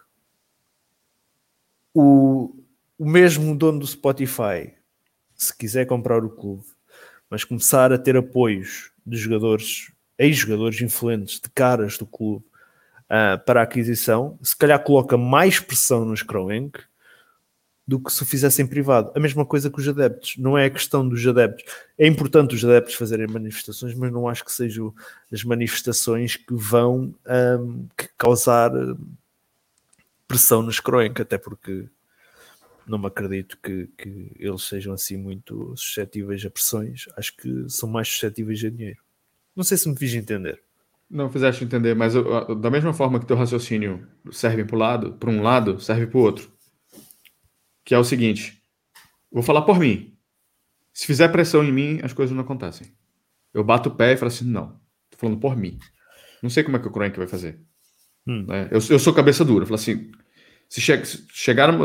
O mesmo dono do Spotify, se quiser comprar o clube, mas começar a ter apoios de jogadores, ex-jogadores influentes, de caras do clube para a aquisição, se calhar coloca mais pressão nos Kroenke do que se o fizessem privado. A mesma coisa que os adeptos. Não é a questão dos adeptos. É importante os adeptos fazerem manifestações, mas não acho que sejam as manifestações que vão causar pressão nos Kroenke, até porque não me acredito que eles sejam assim muito suscetíveis a pressões. Acho que são mais suscetíveis a dinheiro. Não sei se me fiz entender. Não fizeste entender, mas da mesma forma que teu raciocínio serve para um lado, serve para o outro. Que é o seguinte, vou falar por mim. Se fizer pressão em mim, as coisas não acontecem. Eu bato o pé e falo assim, não, tô falando por mim. Não sei como é que o Kroenke vai fazer. Né? Eu sou cabeça dura. Falo assim, se chegaram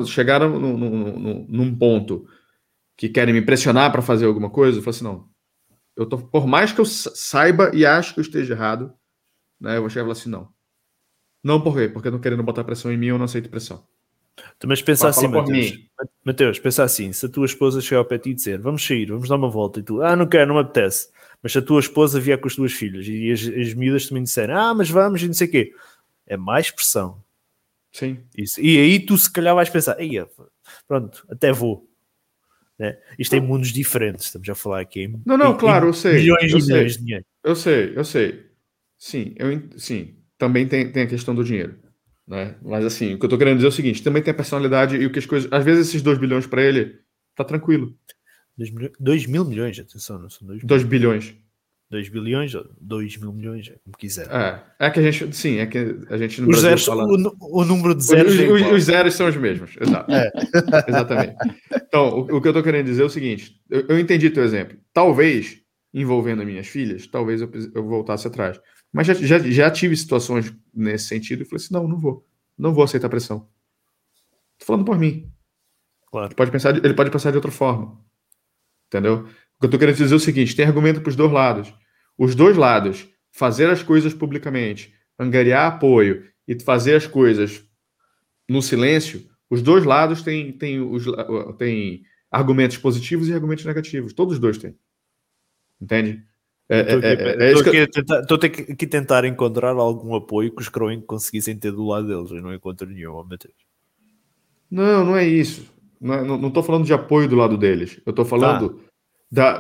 num ponto que querem me pressionar para fazer alguma coisa, eu falo assim, não. Por mais que eu saiba e acho que eu esteja errado, né, eu vou chegar e falar assim, não. Não por quê? Porque eu não querendo botar pressão em mim, eu não aceito pressão. Mas pensa assim, Mateus, pensa assim, se a tua esposa chegar ao pé de ti e dizer vamos sair, vamos dar uma volta e tu, não quero, não me apetece, mas se a tua esposa vier com as tuas filhas e as miúdas também disserem, mas vamos e não sei o quê, é mais pressão. Sim. Isso. E aí tu se calhar vais pensar, pronto, até vou. Né? Isto é mundos diferentes, estamos a falar aqui claro, eu sei. Milhões e milhões de dinheiro. Eu sei. Sim, também tem a questão do dinheiro. Né? Mas assim, o que eu tô querendo dizer é o seguinte, também tem a personalidade e o que as coisas, às vezes esses 2 bilhões para ele tá tranquilo. 2 mil milhões, atenção, não são 2 bilhões. 2 bilhões ou 2 mil milhões, como quiser. É que a gente no os Brasil zeros, fala... o número de zeros os zeros são os mesmos, exato. Exatamente. Então, o que eu tô querendo dizer é o seguinte, eu entendi teu exemplo. Talvez, envolvendo as minhas filhas, talvez eu voltasse atrás. Mas já tive situações nesse sentido e falei assim, não vou aceitar pressão. Tô falando por mim. Claro. Ele pode pensar de outra forma. Entendeu? O que eu tô querendo dizer é o seguinte, tem argumento para os dois lados. Os dois lados, fazer as coisas publicamente, angariar apoio e fazer as coisas no silêncio, os dois lados têm argumentos positivos e argumentos negativos. Todos os dois têm. Entende? Estou aqui a tentar encontrar algum apoio que os Kroenke conseguissem ter do lado deles. Eu não encontro nenhum, Matheus. Não é isso. Não estou falando de apoio do lado deles. Eu estou falando da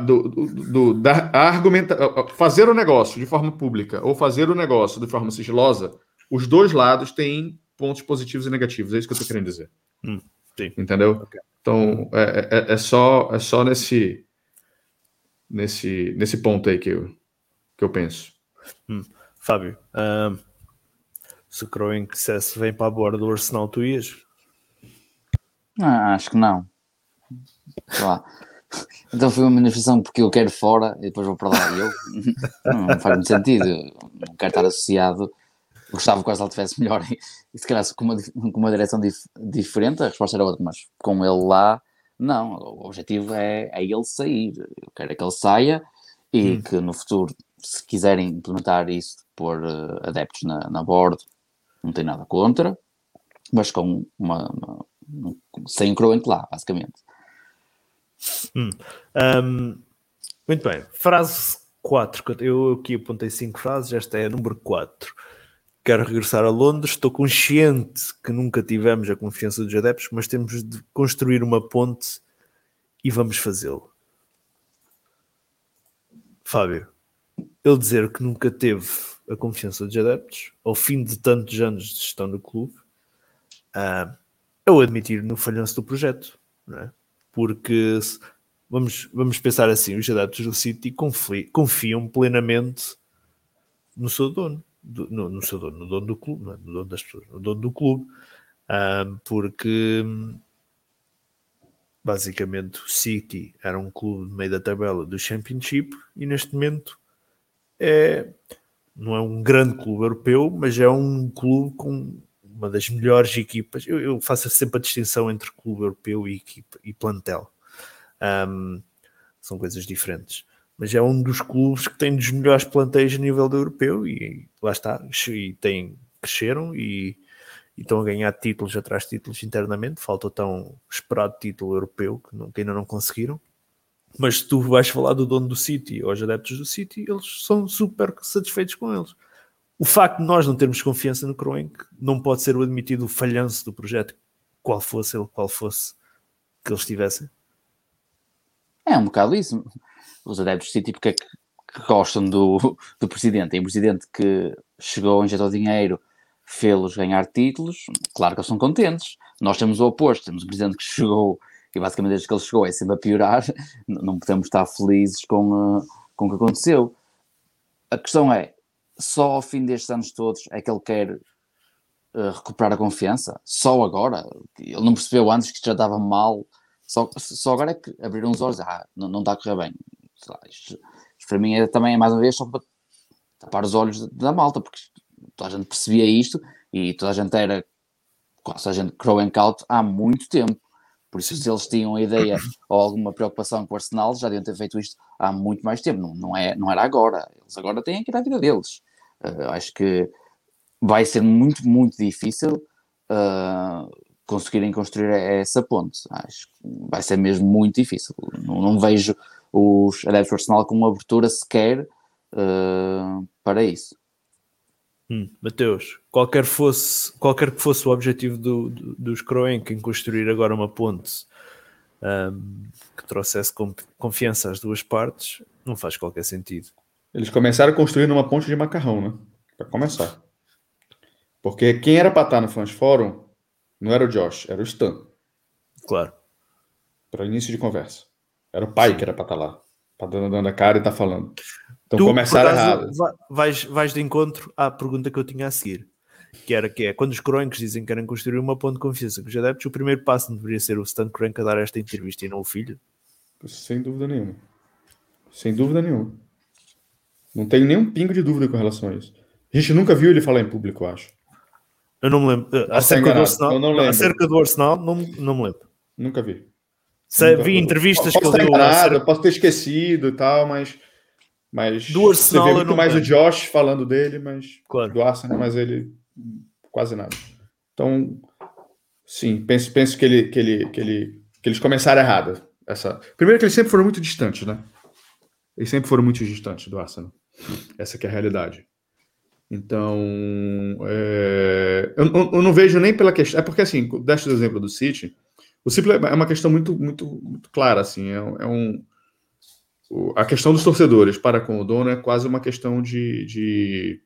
fazer o negócio de forma pública ou fazer o negócio de forma sigilosa. Os dois lados têm pontos positivos e negativos. É isso que eu estou querendo dizer. Sim. Entendeu? Okay. Então, é só nesse ponto aí que eu penso. Fábio, se o Kroenke dissesse vem para a borda do Arsenal, tu ias? Acho que não. Sei lá. Então foi uma manifestação porque eu quero fora e depois vou para lá. Não faz muito sentido. Eu não quero estar associado. Gostava que o Arsenal tivesse melhor e se calhar com uma direção diferente a resposta era outra, mas com ele lá, não. O objetivo é ele sair. Eu quero é que ele saia e que no futuro, se quiserem implementar isso, pôr adeptos na board, não tem nada contra, mas com sem o Kroenke lá, basicamente. Muito bem. Frase 4. Eu aqui apontei 5 frases, esta é a número 4. Quero regressar a Londres, estou consciente que nunca tivemos a confiança dos adeptos, mas temos de construir uma ponte e vamos fazê-lo. Fábio, ele dizer que nunca teve a confiança dos adeptos, ao fim de tantos anos de gestão do clube, é o admitir no falhanço do projeto, não é? Porque vamos pensar assim, os adeptos do City confiam plenamente no seu dono. No dono do clube, não é? No dono das pessoas, no dono do clube, porque basicamente o City era um clube de meio da tabela do Championship e neste momento não é um grande clube europeu, mas é um clube com uma das melhores equipas. Eu faço sempre a distinção entre clube europeu e equipa e plantel. São coisas diferentes. Mas é um dos clubes que tem dos melhores plantéis a nível do europeu e lá está, e cresceram e estão a ganhar títulos atrás de títulos internamente. Falta o tão esperado título europeu que ainda não conseguiram. Mas se tu vais falar do dono do City ou aos adeptos do City, eles são super satisfeitos com eles. O facto de nós não termos confiança no Kroenke não pode ser o admitido falhanço do projeto, qual fosse que eles tivessem. É um bocado isso. Os adeptos do City porque é que gostam do presidente. Tem um presidente que chegou, injetou dinheiro, fê-los ganhar títulos. Claro que eles são contentes. Nós temos o oposto. Temos um presidente que chegou e basicamente desde que ele chegou é sempre a piorar. Não podemos estar felizes com o que aconteceu. A questão é, só ao fim destes anos todos é que ele quer recuperar a confiança? Só agora? Ele não percebeu antes que isto já estava mal? Só agora é que abriram os olhos. Não está a correr bem. Isto para mim também mais uma vez só para tapar os olhos da malta, porque toda a gente percebia isto e toda a gente quase a gente Kroenke out há muito tempo. Por isso, se eles tinham a ideia ou alguma preocupação com o Arsenal, já deviam ter feito isto há muito mais tempo. Não era agora. Eles agora têm que ir à vida deles. Acho que vai ser muito, muito difícil conseguirem construir essa ponte. Acho que vai ser mesmo muito difícil. Não vejo os adeptos do Arsenal com uma abertura sequer para isso. Mateus, qualquer que fosse o objetivo dos Kroenke em construir agora uma ponte que trouxesse confiança às duas partes, não faz qualquer sentido. Eles começaram a construir uma ponte de macarrão, né? Para começar. Porque quem era para estar no Fans Forum não era o Josh, era o Stan. Claro. Para início de conversa. Era o pai que era para estar lá. Para dando a cara e estar falando. Então começaram errado. Vais de encontro à pergunta que eu tinha a seguir. Que é, quando os Kroenke dizem que querem construir uma ponte de confiança com os adeptos, o primeiro passo não deveria ser o Stan Kroenke a dar esta entrevista e não o filho? Sem dúvida nenhuma. Sem dúvida nenhuma. Não tenho nenhum pingo de dúvida com relação a isso. A gente nunca viu ele falar em público, eu acho. Eu não me lembro. Acerca do Arsenal, não me lembro. Nunca vi. Vi entrevistas que ele deu. Posso ter esquecido e tal, mas do Arsenal você vê muito mais o Josh falando dele, mas claro. Do Arsenal, mas ele quase nada. Então, sim, penso que eles começaram errado. Primeiro que eles sempre foram muito distantes, né? Eles sempre foram muito distantes do Arsenal. Essa que é a realidade. Então, eu não vejo nem pela questão... É porque, assim, deste o exemplo do City, o City é uma questão muito, muito, muito clara, assim. A questão dos torcedores para com o dono é quase uma questão de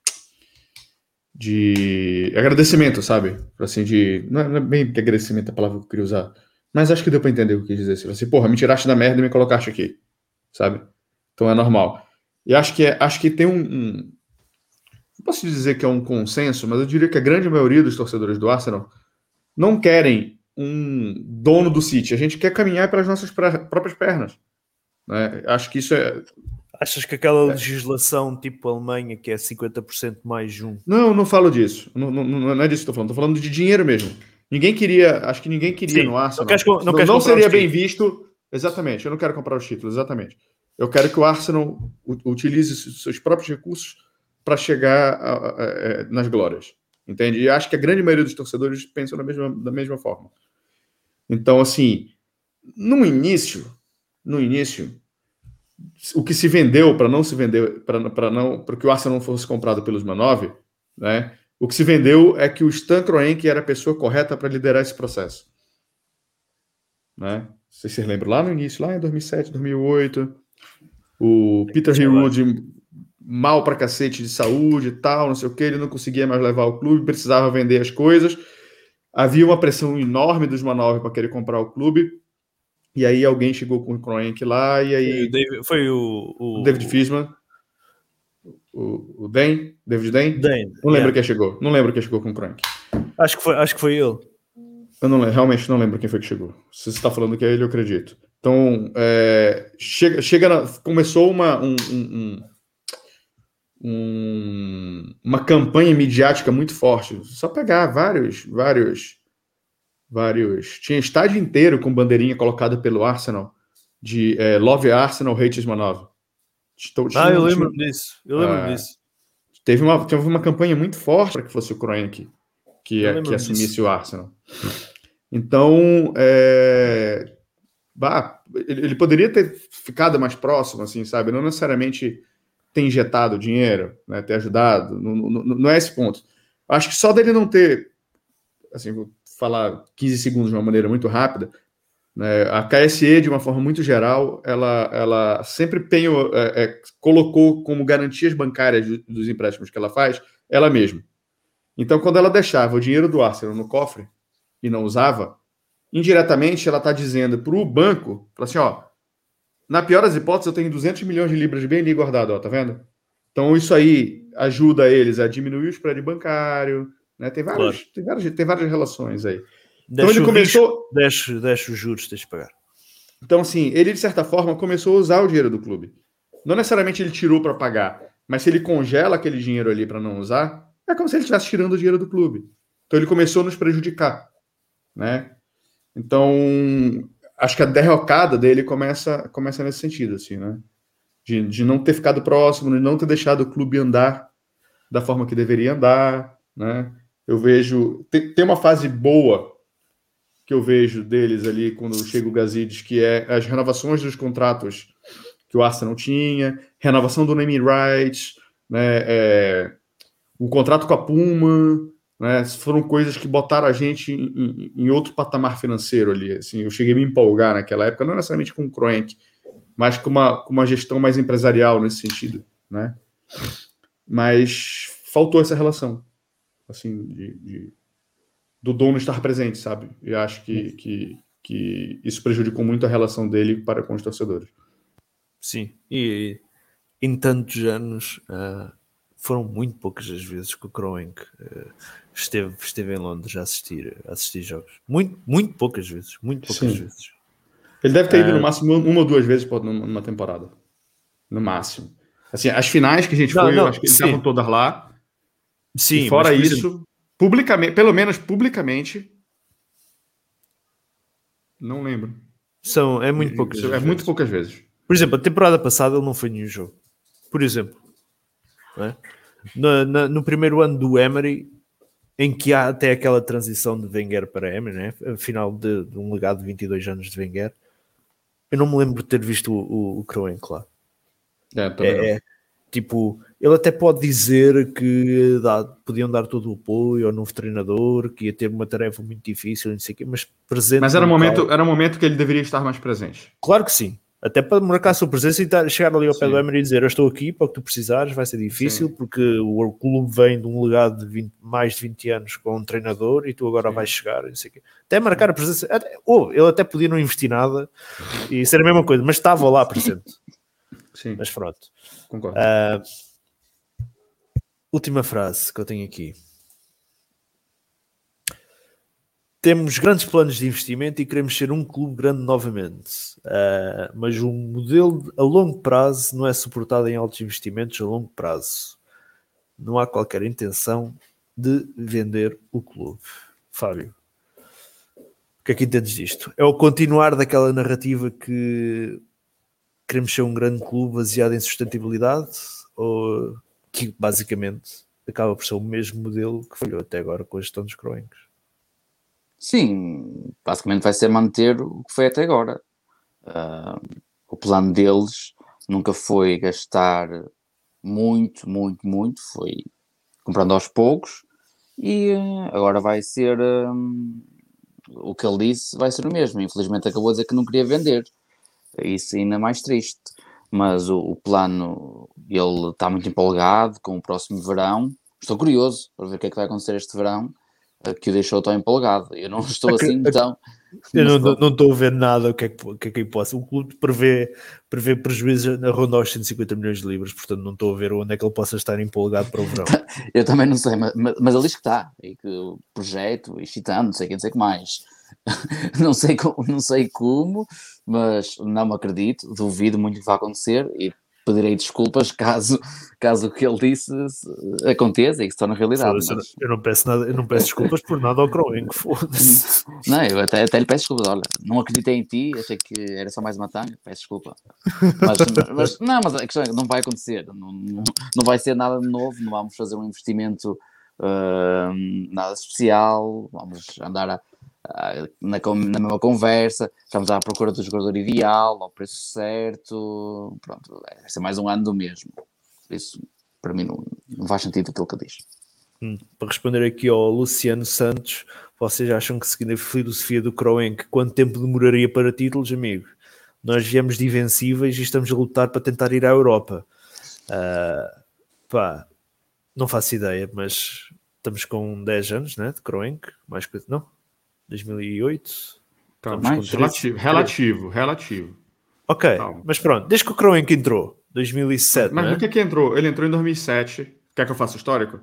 agradecimento, sabe? Assim, não é bem que agradecimento é a palavra que eu queria usar, mas acho que deu para entender o que eu quis dizer. Assim, porra, me tiraste da merda e me colocaste aqui, sabe? Então é normal. E acho que tem não posso dizer que é um consenso, mas eu diria que a grande maioria dos torcedores do Arsenal não querem um dono do City. A gente quer caminhar pelas nossas próprias pernas. Né? Acho que isso é... Achas que aquela legislação tipo Alemanha, que é 50% mais um... Não falo disso. Não é disso que estou falando. Estou falando de dinheiro mesmo. Acho que ninguém queria no Arsenal. Não seria bem visto. Exatamente, eu não quero comprar os títulos, exatamente. Eu quero que o Arsenal utilize seus próprios recursos para chegar nas glórias. Entende? E acho que a grande maioria dos torcedores pensam da mesma forma. Então, assim, no início, o que se vendeu para não se vender, para que o Arsenal não fosse comprado pelos Manov, né? O que se vendeu é que o Stan Kroenke era a pessoa correta para liderar esse processo. Né? Vocês lembram lá no início, lá em 2007, 2008, o Peter Hiroud mal pra cacete de saúde e tal, não sei o que, ele não conseguia mais levar o clube, precisava vender as coisas, havia uma pressão enorme dos Manov para querer comprar o clube, e aí alguém chegou com o Kroenke lá, e aí... Foi o David Fiszman, o David Dane? Não lembro quem chegou. Não lembro quem chegou com o Kroenke. Acho que foi ele. Eu realmente não lembro quem foi que chegou. Se você está falando que é ele, eu acredito. Então, começou uma campanha midiática muito forte. Só pegar vários. Tinha estádio inteiro com bandeirinha colocada pelo Arsenal de Love Arsenal, Hate Manov. Eu lembro disso. Teve uma campanha muito forte para que fosse o Kroenke que assumisse o Arsenal. Então, ele poderia ter ficado mais próximo, assim, sabe? Não necessariamente ter injetado dinheiro, né? Ter ajudado. Não é esse ponto. Acho que só dele não ter, assim, vou falar 15 segundos de uma maneira muito rápida, né? A KSE, de uma forma muito geral, ela sempre colocou como garantias bancárias dos empréstimos que ela faz, ela mesma. Então, quando ela deixava o dinheiro do Arsenal no cofre e não usava, indiretamente ela está dizendo para o banco, assim, ó, na pior das hipóteses, eu tenho 200 milhões de libras bem ali guardado, ó, tá vendo? Então, isso aí ajuda eles a diminuir o spread bancário, né? Tem várias relações aí. Então, ele começou... Deixa os juros, deixa pagar. Então, assim, ele, de certa forma, começou a usar o dinheiro do clube. Não necessariamente ele tirou para pagar, mas se ele congela aquele dinheiro ali para não usar, é como se ele estivesse tirando o dinheiro do clube. Então, ele começou a nos prejudicar, né? Então, acho que a derrocada dele começa nesse sentido, assim, né? De não ter ficado próximo, de não ter deixado o clube andar da forma que deveria andar, né? Eu vejo... Tem uma fase boa que eu vejo deles ali quando chega o Gazidis, que é as renovações dos contratos que o Arsenal tinha, renovação do naming rights, né? O contrato com a Puma... Né, foram coisas que botaram a gente em outro patamar financeiro ali. Assim, eu cheguei a me empolgar naquela época, não necessariamente com o Kroenke, mas com uma gestão mais empresarial nesse sentido. Né? Mas faltou essa relação assim, do dono estar presente, sabe? Eu acho que isso prejudicou muito a relação dele para com os torcedores. Sim, e em tantos anos... foram muito poucas as vezes que o Kroenke esteve em Londres a assistir jogos. Muito poucas vezes. Muito poucas vezes. Ele deve ter ido no máximo uma ou duas vezes numa temporada. No máximo. Assim, as finais que a gente foi, eu acho que eles estavam todas lá. Sim, e fora mas, isso, exemplo, publicamente, pelo menos publicamente, não lembro. É muito poucas vezes. Muito poucas vezes. Por exemplo, a temporada passada ele não foi nenhum jogo. Por exemplo. Não é? No primeiro ano do Emery, em que há até aquela transição de Wenger para Emery, né? Afinal de um legado de 22 anos de Wenger. Eu não me lembro de ter visto o Kroenke lá. Tipo, ele até pode dizer que podiam dar todo o apoio ao novo treinador, que ia ter uma tarefa muito difícil, não sei o quê, mas presente. Mas era um momento que ele deveria estar mais presente. Claro que sim. Até para marcar a sua presença e chegar ali ao pé do Emery e dizer: eu estou aqui para o que tu precisares, vai ser difícil, porque o clube vem de um legado de mais de 20 anos com um treinador e tu agora vais chegar, não sei o quê. Até marcar a presença. Ele até podia não investir nada e ser a mesma coisa, mas estava lá presente. Sim. Mas pronto. Concordo. Última frase que eu tenho aqui. Temos grandes planos de investimento e queremos ser um clube grande novamente. Mas o modelo a longo prazo não é suportado em altos investimentos a longo prazo. Não há qualquer intenção de vender o clube. Fábio, o que é que entendes disto? É o continuar daquela narrativa que queremos ser um grande clube baseado em sustentabilidade, ou que basicamente acaba por ser o mesmo modelo que falhou até agora com a gestão dos Kroenkes? Sim, basicamente vai ser manter o que foi até agora. O plano deles nunca foi gastar muito, foi comprando aos poucos, e agora vai ser o que ele disse, vai ser o mesmo. Infelizmente acabou de dizer que não queria vender. Isso ainda é mais triste, mas o plano, ele está muito empolgado com o próximo verão. Estou curioso para ver o que é que vai acontecer este verão, que o deixou tão empolgado. Eu não estou assim, então... Eu não estou a ver nada o que é que possa. O clube prevê prejuízos na ronda aos 150 milhões de libras, portanto não estou a ver onde é que ele possa estar empolgado para o verão. Eu também não sei, mas ele diz que está, e que o projeto, excitante, não sei o que mais. não sei como, mas não me acredito, duvido muito que vá acontecer e pedirei desculpas caso o que ele disse aconteça e que se torne realidade. Mas... Eu não peço desculpas por nada ao Kroenke, foda-se. Não, eu até lhe peço desculpas, olha, não acreditei em ti, achei que era só mais uma tanga, peço desculpa. Mas a questão é que não vai acontecer, não vai ser nada de novo, não vamos fazer um investimento nada especial, vamos andar na mesma conversa, estamos à procura do jogador ideal, ao preço certo, pronto, vai ser mais um ano do mesmo. Isso, para mim, não faz sentido aquilo que eu disse. Para responder aqui ao Luciano Santos, vocês acham que seguindo a filosofia do Kroenke, quanto tempo demoraria para títulos, amigo? Nós viemos de invencíveis e estamos a lutar para tentar ir à Europa. Não faço ideia, mas estamos com 10 anos, né, de Kroenke, mais coisa, não? 2008? Tá, mais relativo. Ok, Calma. Mas pronto, desde que o Kroenke entrou, 2007, mas né? do que entrou? Ele entrou em 2007. Quer que eu faça histórico?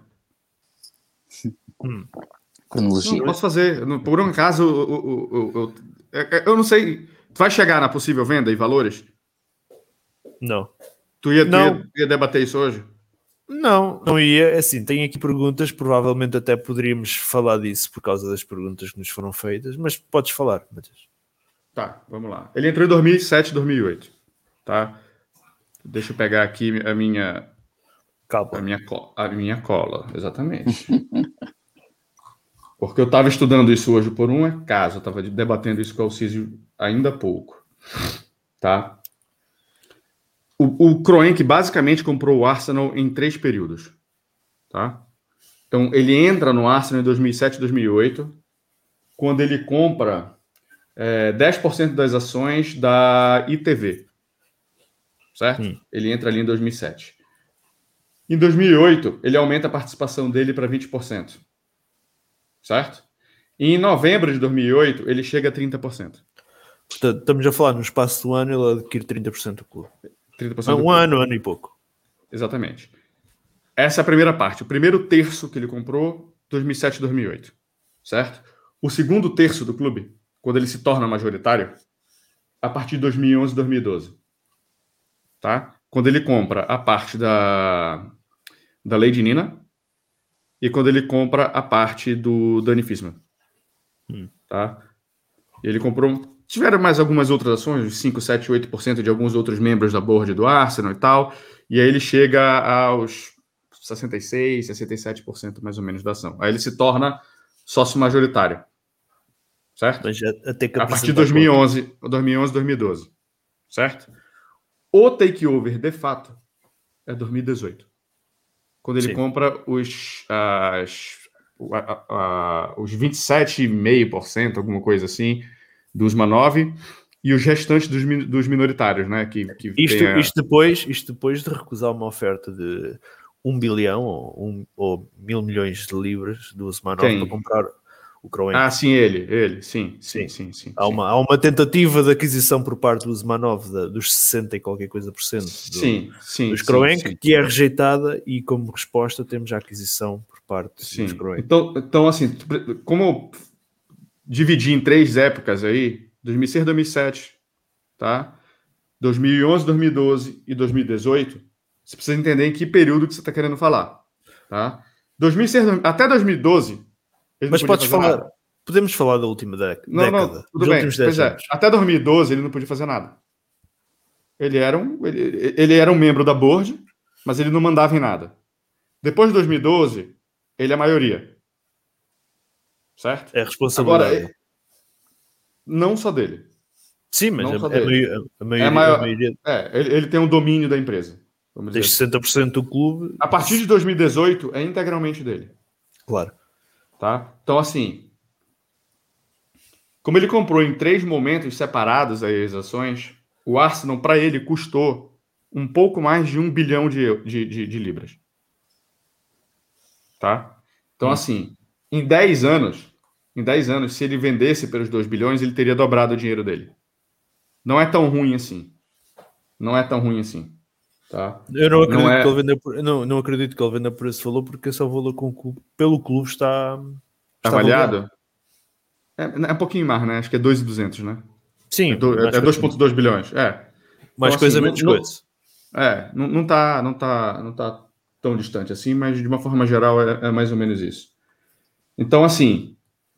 Cronologia. Não posso fazer. Por um acaso, eu não sei. Tu vai chegar na possível venda e valores? Não. Tu ia debater isso hoje? Não ia. Assim, tem aqui perguntas, provavelmente até poderíamos falar disso por causa das perguntas que nos foram feitas, mas podes falar, Matheus. Tá, vamos lá. Ele entrou em 2007, 2008. Tá? Deixa eu pegar aqui a minha cola, exatamente. Porque eu estava estudando isso hoje por um acaso, eu estava debatendo isso com o Alcísio ainda há pouco. Tá? O Kroenke basicamente comprou o Arsenal em 3 períodos. Tá? Então, ele entra no Arsenal em 2007, 2008, quando ele compra 10% das ações da ITV. Certo? Ele entra ali em 2007. Em 2008, ele aumenta a participação dele para 20%. Certo? E em novembro de 2008, ele chega a 30%. Portanto, estamos a falar no espaço do ano, ele adquire 30% do clube. 30% um ano e pouco. Exatamente. Essa é a primeira parte. O primeiro terço que ele comprou, 2007 e 2008. Certo? O segundo terço do clube, quando ele se torna majoritário, a partir de 2011 e 2012. Tá? Quando ele compra a parte da Lady Nina e quando ele compra a parte do Danny Fisman. Tá? Ele comprou... Tiveram mais algumas outras ações, 5, 7, 8% de alguns outros membros da board do Arsenal e tal, e aí ele chega aos 66%, 67% mais ou menos da ação. Aí ele se torna sócio majoritário. Certo? Mas até que a partir de 2011, 2012. Certo? O takeover, de fato, é 2018. Quando ele compra os 27,5%, alguma coisa assim, do Usmanov, e os restantes dos minoritários, né? Isto depois de recusar uma oferta de 1 bilhão ou 1.000 milhões de libras do Usmanov para comprar o Kroenke. Sim, ele. Sim. Há uma tentativa de aquisição por parte do Usmanov dos 60 e qualquer coisa por cento dos Kroenke, que é rejeitada, e como resposta temos a aquisição por parte dos Kroenke. Então, assim, como eu dividi em 3 épocas aí, 2006, 2007, tá? 2011, 2012 e 2018, você precisa entender em que período que você está querendo falar, tá? 2006, até 2012, mas podes falar, podemos falar da última década. Não, tudo bem. Pois é, até 2012 ele não podia fazer nada. Ele era um membro da board, mas ele não mandava em nada. Depois de 2012, ele é a maioria. Certo? É responsabilidade. Agora, não só dele. Sim, mas a maioria... ele tem um domínio da empresa. Tem 60% do clube. A partir de 2018, é integralmente dele. Claro. Tá? Então, assim, como ele comprou em 3 momentos separados as ações, o Arsenal, para ele, custou um pouco mais de 1 bilhão de libras. Tá? Então, assim, em 10 anos, se ele vendesse pelos 2 bilhões, ele teria dobrado o dinheiro dele. Não é tão ruim assim. Tá? Eu não acredito que ele venda por, não acredito que ele venda por esse valor, porque esse é o valor com o pelo clube está avaliado. É um pouquinho mais, né? Acho que é 2.200, né? Sim, é 2,2 bilhões. Mais então, coisa, assim, menos coisa. Não tá tão distante assim, mas de uma forma geral é mais ou menos isso. Então, assim,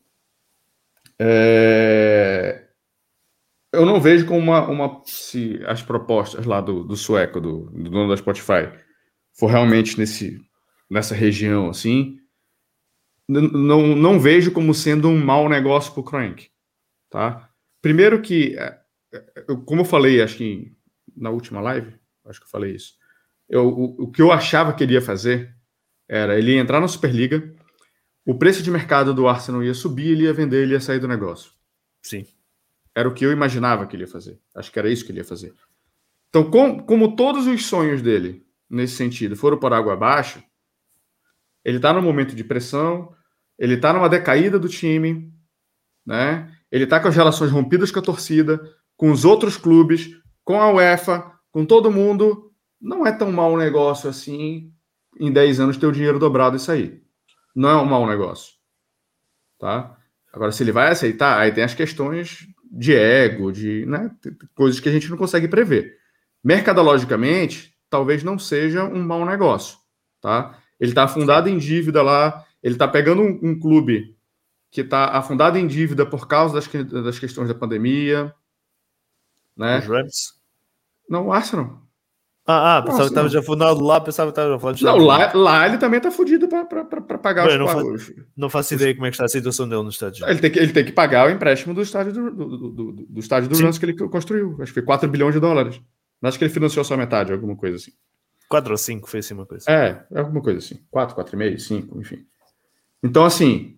eu não vejo como se as propostas lá do sueco, do dono da Spotify, for realmente nessa região, assim, não vejo como sendo um mau negócio para o Kroenke, tá? Primeiro que, como eu falei, acho que na última live, acho que eu falei isso, o que eu achava que ele ia fazer era ele ia entrar na Superliga, o preço de mercado do Arsenal ia subir, ele ia vender, ele ia sair do negócio. Sim. Era o que eu imaginava que ele ia fazer. Acho que era isso que ele ia fazer. Então, como todos os sonhos dele, nesse sentido, foram por água abaixo, ele está num momento de pressão, ele está numa decaída do time, né? Ele está com as relações rompidas com a torcida, com os outros clubes, com a UEFA, com todo mundo. Não é tão mau negócio assim, em 10 anos, ter o dinheiro dobrado e sair. Não é um mau negócio. Tá? Agora, se ele vai aceitar, aí tem as questões de ego, né, coisas que a gente não consegue prever. Mercadologicamente, talvez não seja um mau negócio. Tá? Ele está afundado em dívida lá, ele está pegando um clube que está afundado em dívida por causa das questões da pandemia. Né? Os Rams? Não, o Arsenal. Pensava que estava já afundado lá, pensava que estava falando de Não, lá ele também está fudido para pagar os pagos. Não faço ideia como é que está a situação dele no estádio. Ele tem que pagar o empréstimo do estádio do estádio do Rams que ele construiu. Acho que foi 4 bilhões de dólares. Acho que ele financiou só metade, alguma coisa assim. 4 ou 5, foi assim uma coisa. Alguma coisa assim. 4, 4,5, 5, enfim. Então, assim,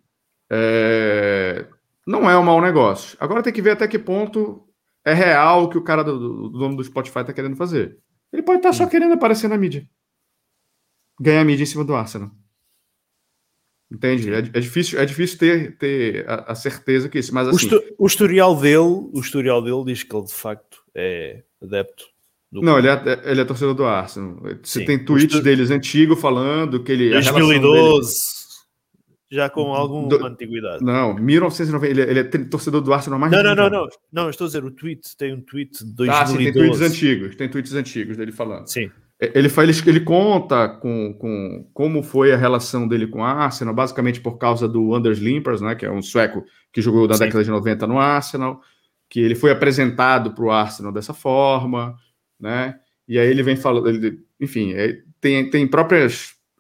não é um mau negócio. Agora tem que ver até que ponto é real o que o cara do dono do Spotify está querendo fazer. Ele pode estar só querendo aparecer na mídia. Ganhar mídia em cima do Arsenal. Entende? É difícil ter a certeza que isso. Mas assim, o historial dele diz que ele de facto é adepto. Não, ele é torcedor do Arsenal. Você tem tweets deles antigos falando que ele... 2012, já com alguma antiguidade. Não, 1990, ele é torcedor do Arsenal há mais de 20 anos. Não, estou a dizer, tem um tweet de 2012. Sim, tem tweets antigos dele falando. Sim. Ele conta como foi a relação dele com o Arsenal, basicamente por causa do Anders Limpers, né, que é um sueco que jogou na década de 90 no Arsenal, que ele foi apresentado para o Arsenal dessa forma, né? E aí ele vem falando, enfim, tem próprias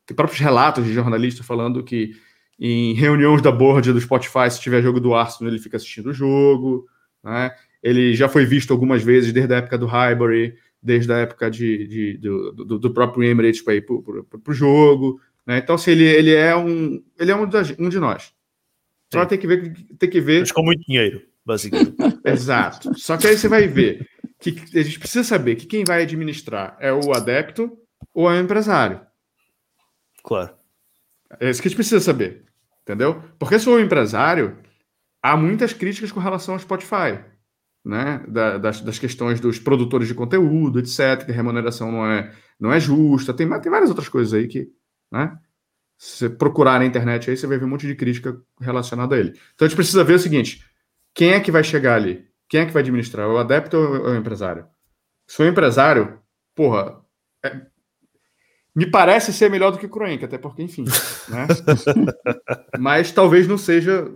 tem próprios relatos de jornalistas falando que em reuniões da board do Spotify, se tiver jogo do Arsenal, ele fica assistindo o jogo, né? Ele já foi visto algumas vezes desde a época do Highbury, desde a época do próprio Emirates para ir para o jogo, né? Então, assim, ele é um de nós. Só tem que ver. Mas com muito dinheiro, basicamente. Exato. Só que aí você vai ver que a gente precisa saber que quem vai administrar é o adepto ou é o empresário. Claro. É isso que a gente precisa saber, entendeu? Porque se for o empresário, há muitas críticas com relação ao Spotify, né? Das questões dos produtores de conteúdo, etc., que a remuneração não é justa, tem várias outras coisas aí que, né? Se você procurar na internet aí, você vai ver um monte de crítica relacionada a ele. Então a gente precisa ver o seguinte: quem é que vai chegar ali? Quem é que vai administrar? O adepto ou o empresário? Se for o empresário, porra, me parece ser melhor do que o Kroenke, até porque, enfim, né? Mas talvez não seja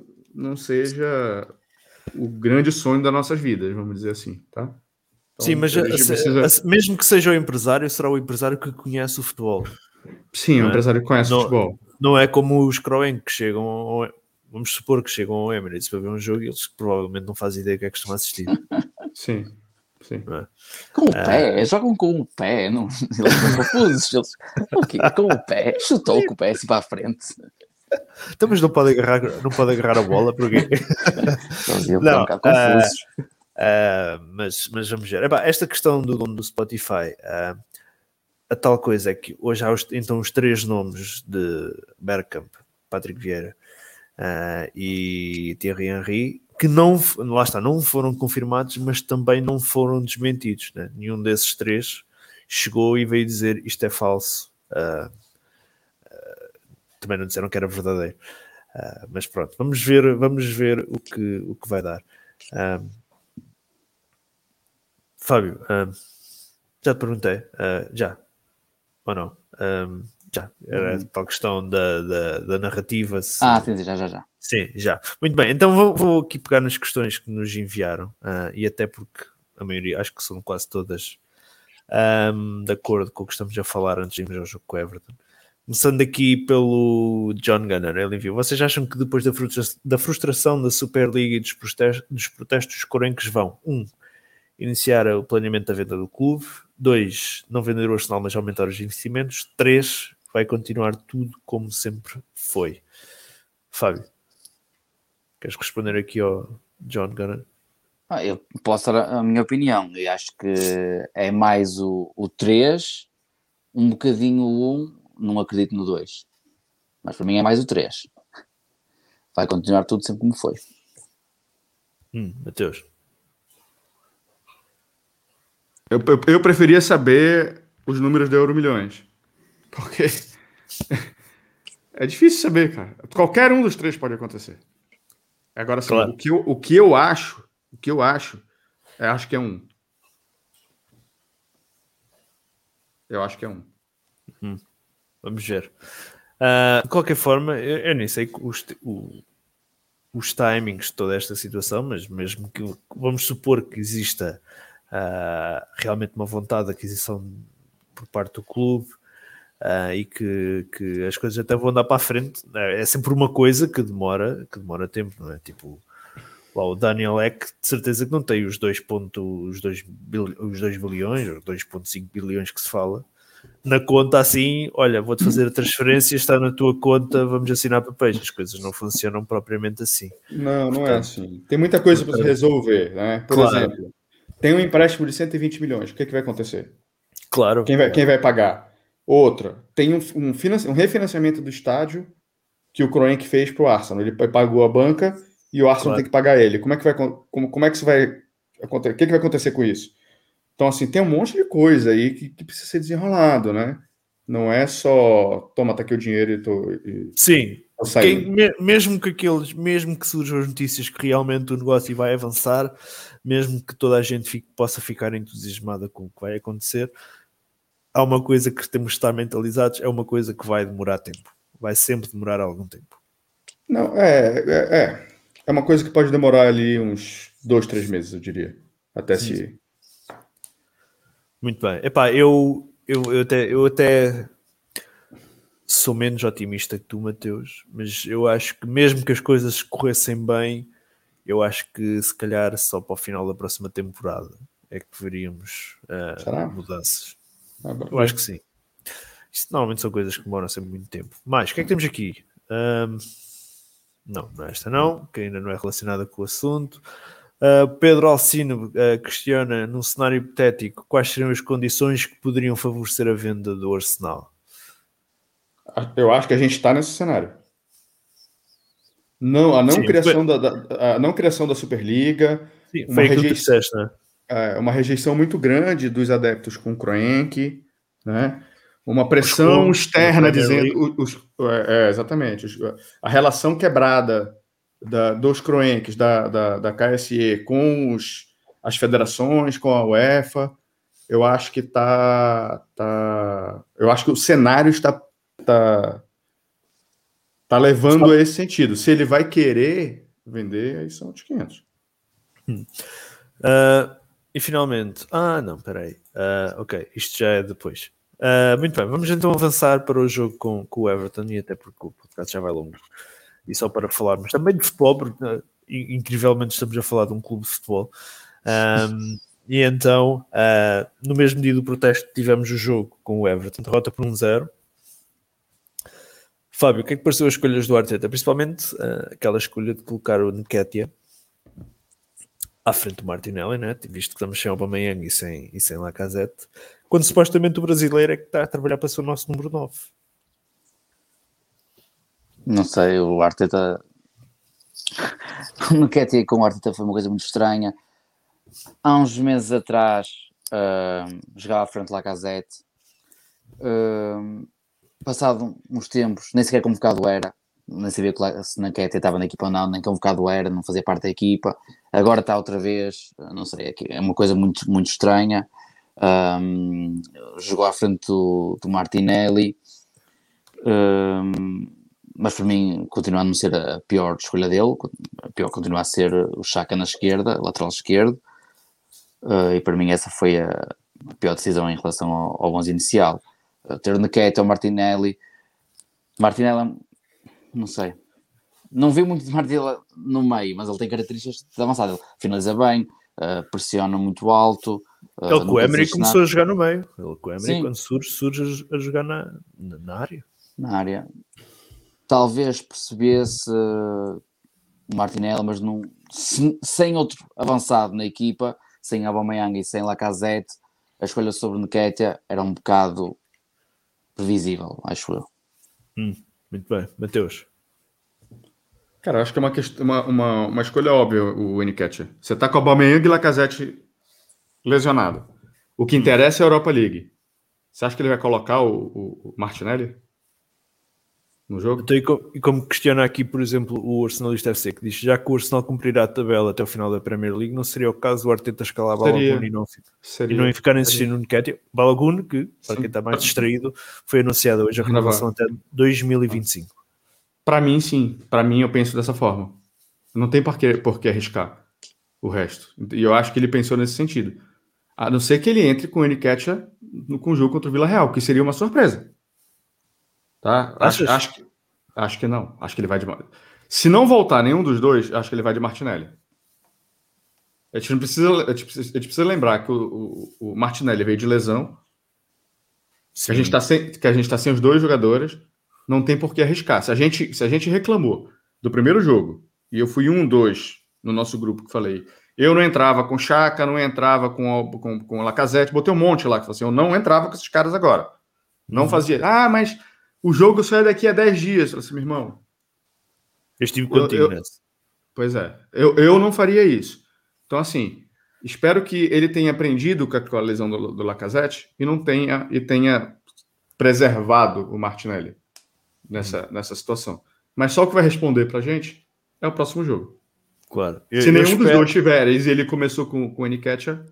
o grande sonho das nossas vidas, vamos dizer assim, tá? Então, sim, mas mesmo que seja o empresário, será o empresário que conhece o futebol. Sim, o empresário que conhece o futebol. Não é como os Kroenke que chegam, vamos supor que chegam ao Emirates para ver um jogo e eles provavelmente não fazem ideia do que é que estão a assistir. Sim. É? Com o pé, jogam com o pé, não, eles estão confusos. Com o pé, chutou com o pé assim para a frente. Então, mas não pode agarrar a bola, porquê? Não, confusos. Mas vamos ver. Esta questão do dono do Spotify, a tal coisa é que hoje há então os 3 nomes de Bergkamp, Patrick Vieira e Thierry Henry, que não foram confirmados, mas também não foram desmentidos, né? Nenhum desses 3 chegou e veio dizer isto é falso. Também não disseram que era verdadeiro. Mas pronto, vamos ver o que vai dar. Fábio, já te perguntei, já ou não? Já, era a tal questão da narrativa. Sim, já. Sim, já. Muito bem, então vou aqui pegar nas questões que nos enviaram, e até porque a maioria, acho que são quase todas de acordo com o que estamos a falar antes de irmos ao jogo com o Everton. Começando aqui pelo John Gunner, ele enviou: vocês acham que depois da frustração da Superliga e dos protestos, os Kroenkes vão 1. Iniciar o planeamento da venda do clube, 2. Não vender o Arsenal, mas aumentar os investimentos, 3. Vai continuar tudo como sempre foi? Fábio, queres responder aqui ao John Gunner? Eu posso dar a minha opinião, e acho que é mais o 3, um bocadinho o 1, não acredito no 2, mas para mim é mais o 3. Vai continuar tudo sempre como foi. Mateus? Eu preferia saber os números de Euromilhões, porque é difícil saber, cara. Qualquer um dos 3 pode acontecer. Agora, assim, claro. o que eu acho, acho que é 1. Eu acho que é 1. Vamos ver. De qualquer forma, eu nem sei os timings de toda esta situação, mas mesmo que vamos supor que exista realmente uma vontade de aquisição por parte do clube e que as coisas até vão andar para a frente, é sempre uma coisa que demora tempo, não é? Tipo, lá o Daniel Ek, de certeza que não tem os 2 bilhões ou 2,5 bilhões que se fala na conta assim, olha, vou-te fazer a transferência, está na tua conta, vamos assinar papéis. As coisas não funcionam propriamente assim. Não é assim. Tem muita coisa para resolver, né? Por exemplo, tem um empréstimo de 120 milhões. O que vai acontecer? Claro. Quem vai pagar? Outra, tem um refinanciamento do estádio que o Kroenke fez para o Arsenal. Ele pagou a banca e o Arsenal tem que pagar ele. Como é que isso vai acontecer? O que vai acontecer com isso? Então, assim, tem um monte de coisa aí que precisa ser desenrolado, né? Não é só toma, tá aqui o dinheiro Sim. Mesmo que surjam as notícias que realmente o negócio vai avançar, mesmo que toda a gente possa ficar entusiasmada com o que vai acontecer, há uma coisa que temos de estar mentalizados, é uma coisa que vai demorar tempo. Vai sempre demorar algum tempo. Não, é uma coisa que pode demorar ali uns 2, 3 meses, eu diria. Até Sim. se... Muito bem. Epá, eu até sou menos otimista que tu, Mateus, mas eu acho que mesmo que as coisas corressem bem, eu acho que se calhar só para o final da próxima temporada é que veríamos mudanças. Eu acho que sim. Isto normalmente são coisas que demoram sempre muito tempo. Mas, o que é que temos aqui? Não é esta não, que ainda não é relacionada com o assunto. Pedro Alcino questiona, num cenário hipotético, quais seriam as condições que poderiam favorecer a venda do Arsenal? Eu acho que a gente está nesse cenário. Não, a não criação da Superliga, sim, foi aquilo que tu disseste, né? Uma rejeição muito grande dos adeptos com o Kroenke, né? Uma pressão externa dizendo exatamente a relação quebrada dos Kroenkes, da KSE com as federações, com a UEFA. Eu acho que eu acho que o cenário está levando a esse sentido. Se ele vai querer vender, aí são os 500. E finalmente, não, peraí. Ok, isto já é depois. Muito bem, vamos então avançar para o jogo com o Everton, e até porque o podcast já vai longo. E só para falarmos também de futebol, porque incrivelmente estamos a falar de um clube de futebol. E então, no mesmo dia do protesto, tivemos o jogo com o Everton, derrota por 1-0. Fábio, o que é que pareceu as escolhas do Arteta? Principalmente aquela escolha de colocar o Nketiah à frente do Martinelli, né? Visto que estamos sem Aubameyang e sem Lacazette, quando supostamente o brasileiro é que está a trabalhar para ser o nosso número 9. Não sei, o Arteta... O Nketiah com o Arteta foi uma coisa muito estranha. Há uns meses atrás jogava à frente de Lacazette. Passado uns tempos, nem sequer convocado era. Nem sabia se Nketiah estava na equipa ou não, nem convocado era, não fazia parte da equipa. Agora está outra vez, não sei, é uma coisa muito, muito estranha. Jogou à frente do Martinelli, mas para mim continua a não ser a pior escolha dele. A pior continua a ser o Xhaka na esquerda, lateral esquerdo, e para mim essa foi a pior decisão em relação ao 11 inicial. Ter o Nketiah, o Martinelli, não sei, não vi muito de Martinelli no meio, mas ele tem características de avançado. Ele finaliza bem, pressiona muito alto. Ele com o Emery começou a jogar no meio. Ele com o Emery, quando surge a jogar na área. Na área. Talvez percebesse o Martinelli, mas sem outro avançado na equipa, sem Aubameyang e sem Lacazette, a escolha sobre o Nketiah era um bocado previsível, acho eu. Muito bem. Mateus? Cara, acho que é uma escolha óbvia o Nketiah. Você tá com o Aubameyang e Lacazette lesionado. O que interessa é a Europa League. Você acha que ele vai colocar o Martinelli no jogo? Então, e como questiona aqui, por exemplo, o Arsenalista FC, que diz já que o Arsenal cumprirá a tabela até o final da Premier League, não seria o caso do Arteta escalar Balogun e não ficar a insistir no Nketiah? Balogun, que, para quem está mais distraído, foi anunciado hoje a renovação até 2025. Para mim, sim. Para mim, eu penso dessa forma. Não tem por que arriscar o resto. E eu acho que ele pensou nesse sentido. A não ser que ele entre com o Nketiah no jogo contra o Vila Real, que seria uma surpresa. Tá? Acho que não. Acho que ele vai de... Se não voltar nenhum dos dois, acho que ele vai de Martinelli. A gente precisa lembrar que o Martinelli veio de lesão. Que a gente tá sem os dois jogadores. Não tem por que arriscar. Se a gente reclamou do primeiro jogo, e eu fui 1-2 no nosso grupo que falei, eu não entrava com Xhaka, não entrava com o Lacazette, botei um monte lá que falou assim, eu não entrava com esses caras agora. Não fazia. Mas o jogo só é daqui a 10 dias. Eu falei assim, meu irmão. Eu estive contigo nessa. Pois é. Eu não faria isso. Então, assim, espero que ele tenha aprendido com a lesão do Lacazette e tenha preservado o Martinelli nessa situação. Mas só o que vai responder pra gente é o próximo jogo. Claro. Se nenhum dos dois tiver, e ele começou com o Nketiah,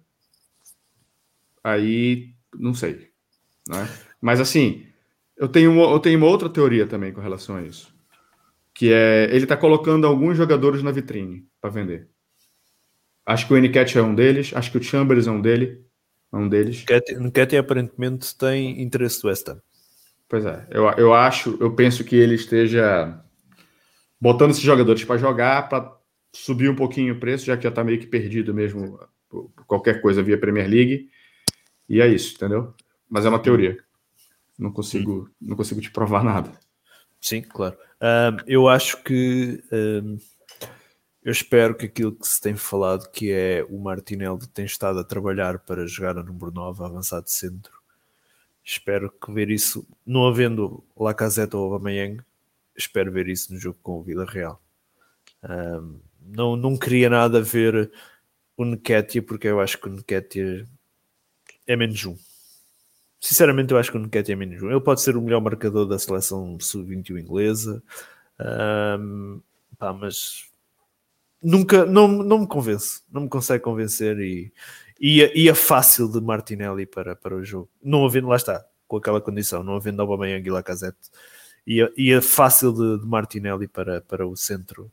aí não sei. Né? Mas assim, eu tenho uma outra teoria também com relação a isso. Que é, ele tá colocando alguns jogadores na vitrine para vender. Acho que o Nketiah é um deles, acho que o Chambers é um deles. Nketiah aparentemente tem interesse do West Ham. Pois é, eu penso que ele esteja botando esses jogadores para jogar, para subir um pouquinho o preço, já que já está meio que perdido mesmo por qualquer coisa via Premier League. E é isso, entendeu? Mas é uma teoria. Não consigo te provar nada. Sim, claro. Eu acho que eu espero que aquilo que se tem falado, que é o Martinelli tem estado a trabalhar para jogar a número 9, avançado de centro. Espero que ver isso, não havendo Lacazette ou Aubameyang, espero ver isso no jogo com o Vila Real. Não queria nada ver o Nketiah, porque eu acho que o Nketiah é menos um. Sinceramente, eu acho que o Nketiah é menos um. Ele pode ser o melhor marcador da seleção sub-21 inglesa, mas nunca, não me convence, não me consegue convencer e é fácil de Martinelli para o jogo, não havendo, lá está, com aquela condição, não havendo Aubameyang e Lacazette, e é fácil de Martinelli para o centro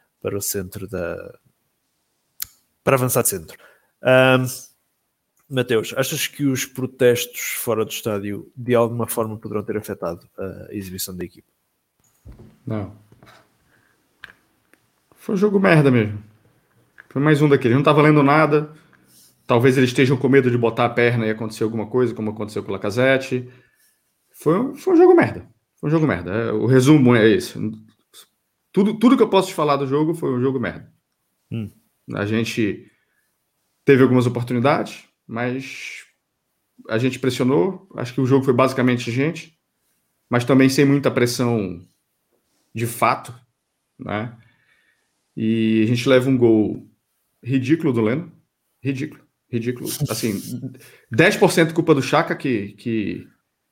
para avançar de centro. Mateus, achas que os protestos fora do estádio de alguma forma poderão ter afetado a exibição da equipa? Não. Foi um jogo merda mesmo. Foi mais um daqueles. Não tá valendo nada. Talvez eles estejam com medo de botar a perna e acontecer alguma coisa, como aconteceu com o Lacazette. Foi um jogo merda. Foi um jogo merda. O resumo é esse. Tudo que eu posso te falar do jogo foi um jogo merda. A gente teve algumas oportunidades, mas a gente pressionou. Acho que o jogo foi basicamente gente, mas também sem muita pressão de fato, né? E a gente leva um gol ridículo do Leno. Ridículo. Assim, 10% culpa do Xhaka, que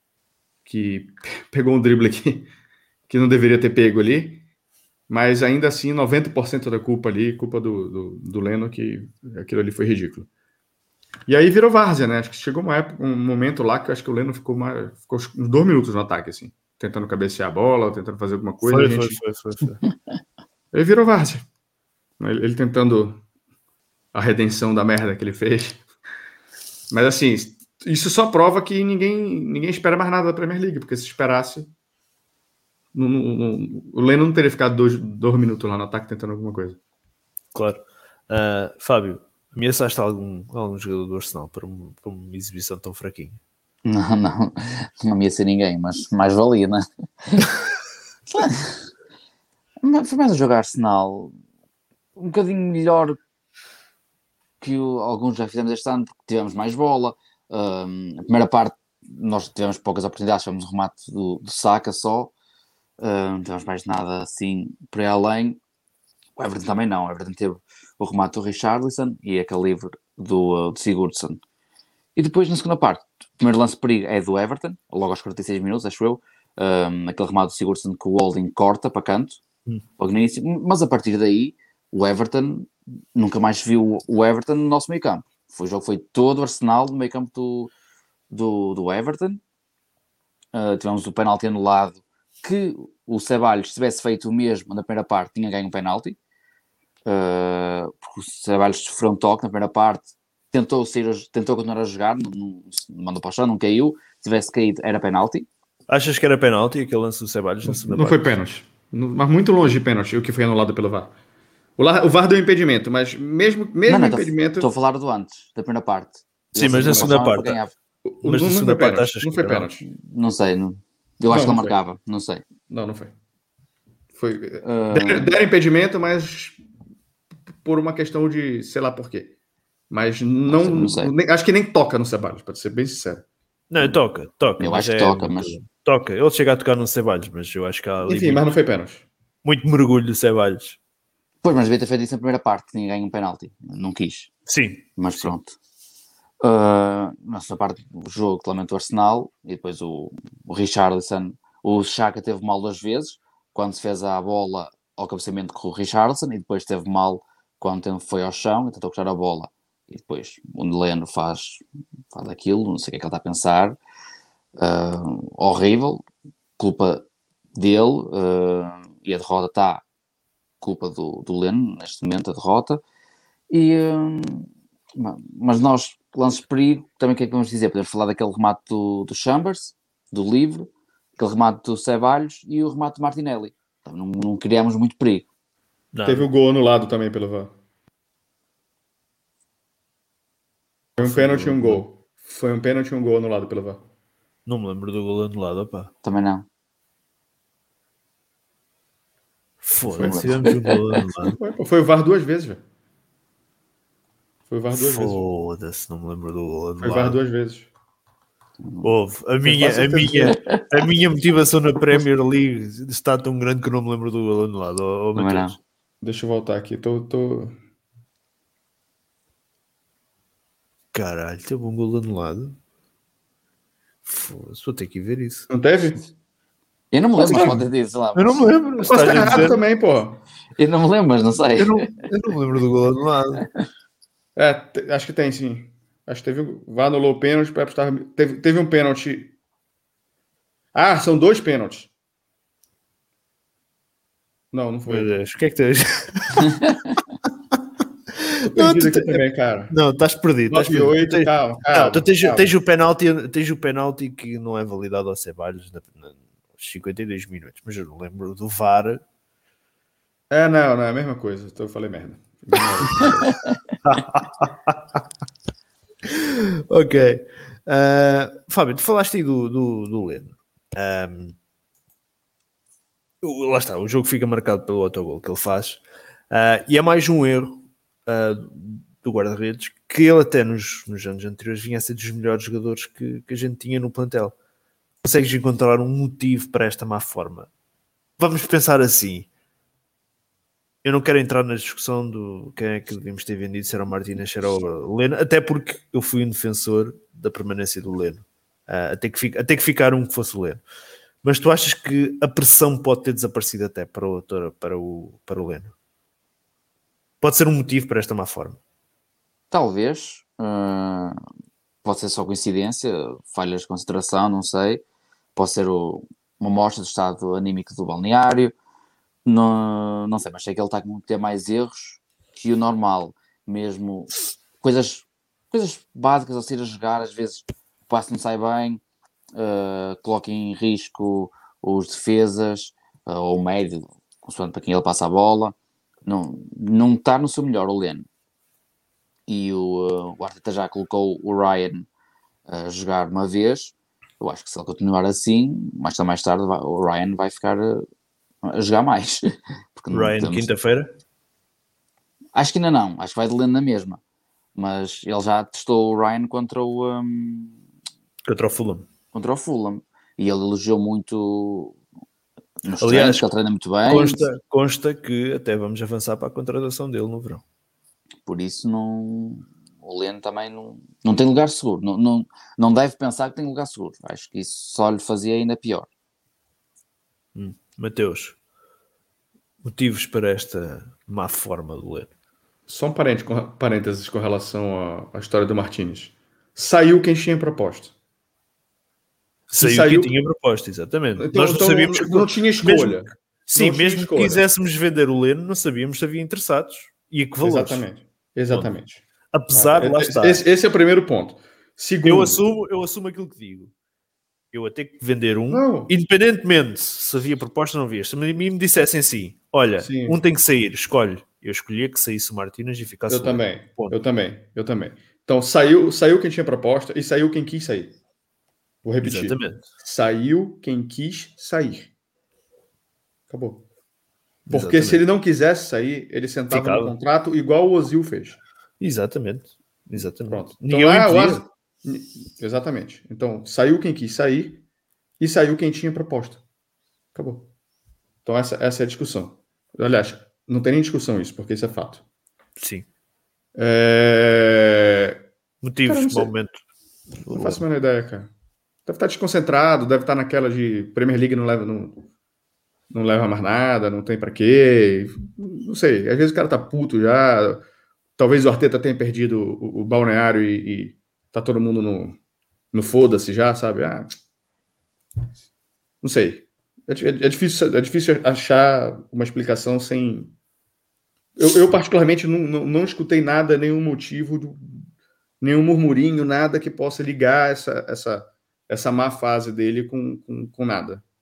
pegou um drible aqui que não deveria ter pego ali, mas ainda assim 90% da culpa ali, culpa do Leno, que aquilo ali foi ridículo. E aí virou várzea, né? Acho que chegou um momento lá que eu acho que o Leno ficou uns 2 minutos no ataque, assim, tentando cabecear a bola, tentando fazer alguma coisa. Foi. Ele virou várzea. Ele tentando a redenção da merda que ele fez. Mas assim, isso só prova que ninguém espera mais nada da Premier League, porque se esperasse, o Leno não teria ficado 2 minutos lá no ataque tentando alguma coisa. Claro. Fábio, ameaçaste algum jogador do Arsenal para uma exibição tão fraquinha? Não ameacei ninguém, mas mais valia, né? Foi mais um jogo Arsenal um bocadinho melhor que alguns já fizemos este ano, porque tivemos mais bola. A primeira parte nós tivemos poucas oportunidades, tivemos um remate do Saka só, não tivemos mais nada assim por aí além. O Everton também não, o Everton teve o remate do Richarlison e aquele livre do Sigurdsson. E depois na segunda parte, o primeiro lance de perigo é do Everton, logo aos 46 minutos, acho eu, aquele remate do Sigurdsson que o Holding corta para canto, logo no início, mas a partir daí o Everton, nunca mais viu o Everton no nosso meio campo. O jogo foi todo Arsenal no meio campo do Everton. Tivemos o penalti anulado, que o Ceballos, se tivesse feito o mesmo na primeira parte, tinha ganho um penalti. Porque o Ceballos sofreu um toque na primeira parte, tentou continuar a jogar, não mandou para o chão, não caiu. Se tivesse caído, era penalti. Achas que era penalti aquele lance do Ceballos na segunda parte? Não foi pênalti, mas muito longe de pênalti, o que foi anulado pelo VAR. O VAR deu impedimento, mas mesmo não, impedimento... Estou a falar do antes, da primeira parte. Sim, mas na segunda parte... Mas na segunda parte achas que não foi pênalti? Não sei, eu acho que ele marcava, não sei. Não foi. Deram impedimento, mas por uma questão de sei lá por quê. Mas não sei. Acho que nem toca no Ceballos, para ser bem sincero. Não, toca. Eu acho que toca, mas... Toca, ele chega a tocar no Ceballos, mas eu acho que há ali... Enfim, mas não foi pênalti. Muito mergulho do Ceballos. Pois, mas devia ter feito isso na primeira parte, tinha ganho um penalti. Não quis. Sim. Mas pronto. Na segunda parte do jogo, claramente o Arsenal, e depois o Richarlison, o Xhaka teve mal 2 vezes, quando se fez a bola ao cabeceamento com o Richarlison, e depois teve mal quando foi ao chão e tentou cortar a bola. E depois o Leno faz aquilo, não sei o que é que ele está a pensar. Horrível, culpa dele, e a derrota está culpa do Leno, neste momento, a derrota. Mas nós, lances de perigo, também o que é que vamos dizer? Podemos falar daquele remate do Chambers, do livre, aquele remate do Ceballos e o remate do Martinelli. Então, não criámos muito perigo. Não. Teve o gol anulado também pelo VAR. Foi um pênalti e um gol. Foi um pênalti e um gol anulado pelo VAR. Não me lembro do gol anulado, opá. Também não. Foda-se, tivemos um gol anulado. Foi o VAR 2 vezes, velho. Foi o VAR 2 vezes. Foda-se, não me lembro do gol Foi o VAR anulado. 2 vezes. Houve. A minha motivação na Premier League está tão grande que eu não me lembro do gol anulado. Também não. Mateus. Deixa eu voltar aqui. Caralho, teve um gol anulado. Foda-se, vou ter que ir ver isso. Não teve? Eu não me lembro, Mas, mas pode dizer lá. Eu não me lembro. Mas tá errado também, porra. Eu não me lembro, mas não sei. Eu não me lembro do gol anulado. Acho que tem, sim. Acho que teve. O VAR anulou o pênalti. Teve um pênalti. Ah, são 2 pênaltis. Não foi. Meu Deus, o que é que tens? Tô perdido aqui também, cara. Não, estás perdido. 9 e 8, calma. Não, tu tens o penalti que não é validado ao Ceballos nos 52 minutos, mas eu não lembro do VAR. Não é a mesma coisa. Então eu falei merda. Ok. Fábio, tu falaste aí do Leno. Lá está, o jogo fica marcado pelo autogol que ele faz. E é mais um erro do guarda-redes que ele até nos anos anteriores vinha a ser dos melhores jogadores que a gente tinha no plantel. Consegues encontrar um motivo para esta má forma? Vamos pensar assim. Eu não quero entrar na discussão do quem é que devíamos ter vendido, se era o Martínez, se era o Leno, até porque eu fui um defensor da permanência do Leno. Até que ficar um que fosse o Leno. Mas tu achas que a pressão pode ter desaparecido até para o Leno? Pode ser um motivo para esta má forma? Talvez. Pode ser só coincidência, falhas de concentração, não sei. Pode ser uma mostra do estado anímico do balneário. Não sei, mas sei que ele está a cometer mais erros que o normal. Mesmo coisas básicas ao sair a jogar, às vezes o passe não sai bem, coloca em risco os defesas, ou o médio, consoante para quem ele passa a bola. Não está no seu melhor, o Leno. E o Arteta já colocou o Ryan a jogar uma vez. Eu acho que se ele continuar assim, mais tarde o Ryan vai ficar a jogar mais. Porque Ryan, quinta-feira? Acho que ainda não. Acho que vai de Leno na mesma. Mas ele já testou o Ryan contra o Fulham. E ele elogiou muito nos treinos, que ele treina muito bem. Consta que até vamos avançar para a contratação dele no verão. Por isso o Leno também não tem lugar seguro. Não deve pensar que tem lugar seguro. Acho que isso só lhe fazia ainda pior. Mateus, motivos para esta má forma do Leno? Só um parênteses com relação à história do Martínez. Saiu quem tinha proposta. Saiu quem tinha proposta, exatamente. Então, nós não sabíamos que não tinha escolha. Mesmo que quiséssemos vender o Leno, não sabíamos se havia interessados. E a que valores. Exatamente. Apesar, lá está. Esse é o primeiro ponto. Segundo, eu assumo aquilo que digo. Eu a ter que vender independentemente se havia proposta ou não havia. Se a mim me dissessem assim, olha, um tem que sair, escolhe. Eu escolhia que saísse o Martínez e ficasse eu também. Então, saiu quem tinha proposta e saiu quem quis sair. Vou repetir. Exatamente. Saiu quem quis sair. Acabou. Porque se ele não quisesse sair, ele sentava no contrato igual o Ozil fez. Exatamente. Pronto. Então, exatamente. Então, saiu quem quis sair e saiu quem tinha proposta. Acabou. Então, essa é a discussão. Aliás, não tem nem discussão isso, porque isso é fato. Sim. Motivos, bom momento. Não faço a menor ideia, cara. Deve estar desconcentrado, deve estar naquela de Premier League não leva mais nada, não tem pra quê. Não sei, às vezes o cara tá puto já. Talvez o Arteta tenha perdido o balneário e tá todo mundo no foda-se já, sabe? Não sei. É difícil achar uma explicação sem... Eu particularmente não escutei nada, nenhum motivo, nenhum murmurinho, nada que possa ligar essa má fase dele com nada.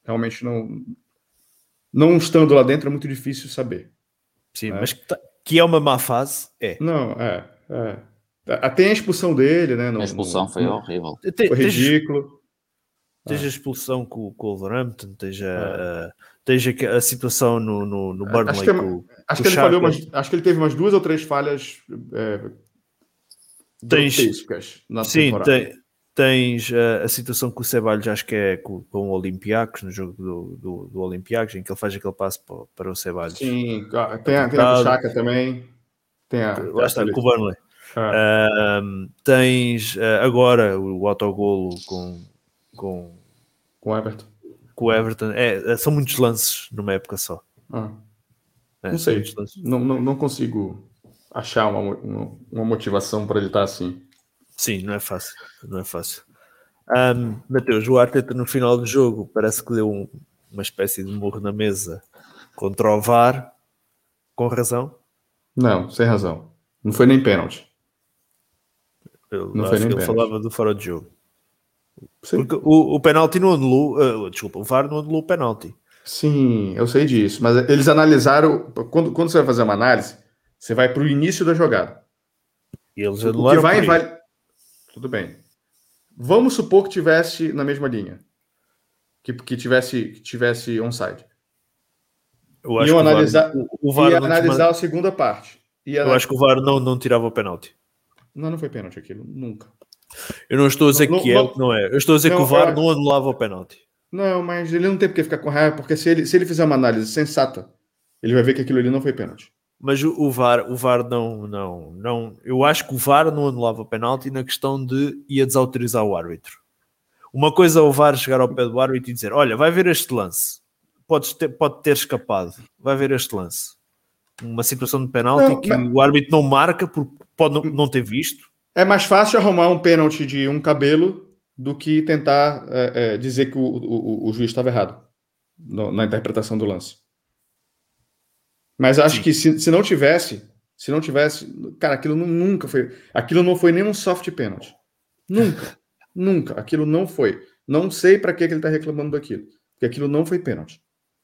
realmente não estando lá dentro é muito difícil saber. Sim, mas que é uma má fase, é. Não, tem a expulsão dele, né? A expulsão foi horrível. Foi ridículo. Tens a expulsão com o Wolverhampton, tens a situação no Burnley acho que ele teve umas 2 ou 3 falhas grotescas na temporada. Tens a situação com o Ceballos, acho que é com o Olympiacos, no jogo do Olympiacos, em que ele faz aquele passo para o Ceballos. Sim, tem a do Xhaka também. Lá está, com o Burnley. Tens agora o autogolo com o Everton. Com o Everton. São muitos lances numa época só. Não sei. Não consigo achar uma motivação para ele estar assim. Sim, não é fácil. Mateus, o Arteta no final do jogo parece que deu uma espécie de murro na mesa contra o VAR, com razão? Não, sem razão. Não foi nem pênalti. Ele falava do fora de jogo. Sim. Porque o penalti não anulou, o VAR não anulou o penalti. Sim, eu sei disso, mas eles analisaram, quando você vai fazer uma análise, você vai para o início da jogada. E eles anularam. Tudo bem. Vamos supor que tivesse na mesma linha, que tivesse onside. Eu acho que o VAR ia analisar a segunda parte. Eu acho que o VAR não tirava o penalti. Não foi pênalti aquilo, nunca. Eu não estou a dizer que não é. Eu estou a dizer que o VAR não anulava o penalti. Não, mas ele não tem porque ficar com raiva, porque se ele fizer uma análise sensata, ele vai ver que aquilo ali não foi pênalti. Mas o VAR não. Eu acho que o VAR não anulava o penalti na questão de ia desautorizar o árbitro. Uma coisa é o VAR chegar ao pé do árbitro e dizer: olha, vai ver este lance. Pode ter escapado. Vai ver este lance. Uma situação de penalti o árbitro não marca porque pode não ter visto. É mais fácil arrumar um pênalti de um cabelo do que tentar dizer que o juiz estava errado na interpretação do lance. Mas acho que se não tivesse, cara, aquilo nunca foi. Aquilo não foi nem um soft pênalti. Nunca. Aquilo não foi. Não sei para que ele está reclamando daquilo. Porque aquilo não foi pênalti.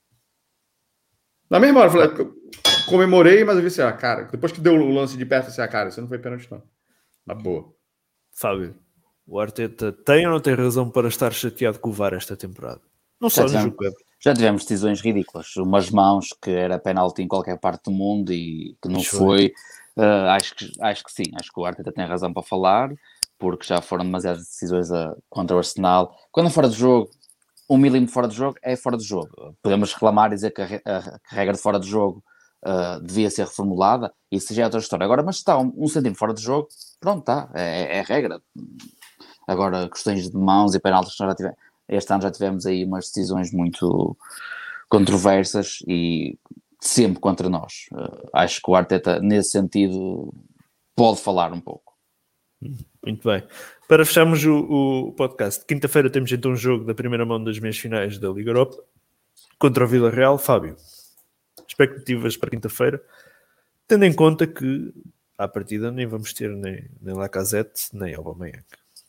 Na mesma hora, eu falei, comemorei, mas eu vi assim, cara, depois que deu o lance de perto, assim, cara, isso não foi pênalti, não. Na boa. Fábio, o Arteta tem ou não tem razão para estar chateado com o VAR esta temporada? Não só no jogo. Já tivemos decisões ridículas. Umas mãos que era penalti em qualquer parte do mundo e que não foi. Acho que sim. Acho que o Arteta tem razão para falar, porque já foram demasiadas decisões contra o Arsenal. Quando é fora do jogo, 1 milímetro fora do jogo é fora do jogo. Podemos reclamar e dizer que a regra de fora do jogo devia ser reformulada. Isso já é outra história. Agora, mas está 1 centímetro fora do jogo, pronto, está. É regra. Agora, questões de mãos e penaltis que nós já tivemos. Este ano já tivemos aí umas decisões muito controversas e sempre contra nós. Acho que o Arteta, nesse sentido, pode falar um pouco. Muito bem. Para fecharmos o podcast, quinta-feira temos então um jogo da primeira mão das meias finais da Liga Europa contra o Vila Real. Fábio, expectativas para quinta-feira, tendo em conta que à partida nem vamos ter nem Lacazette nem Aubameyang.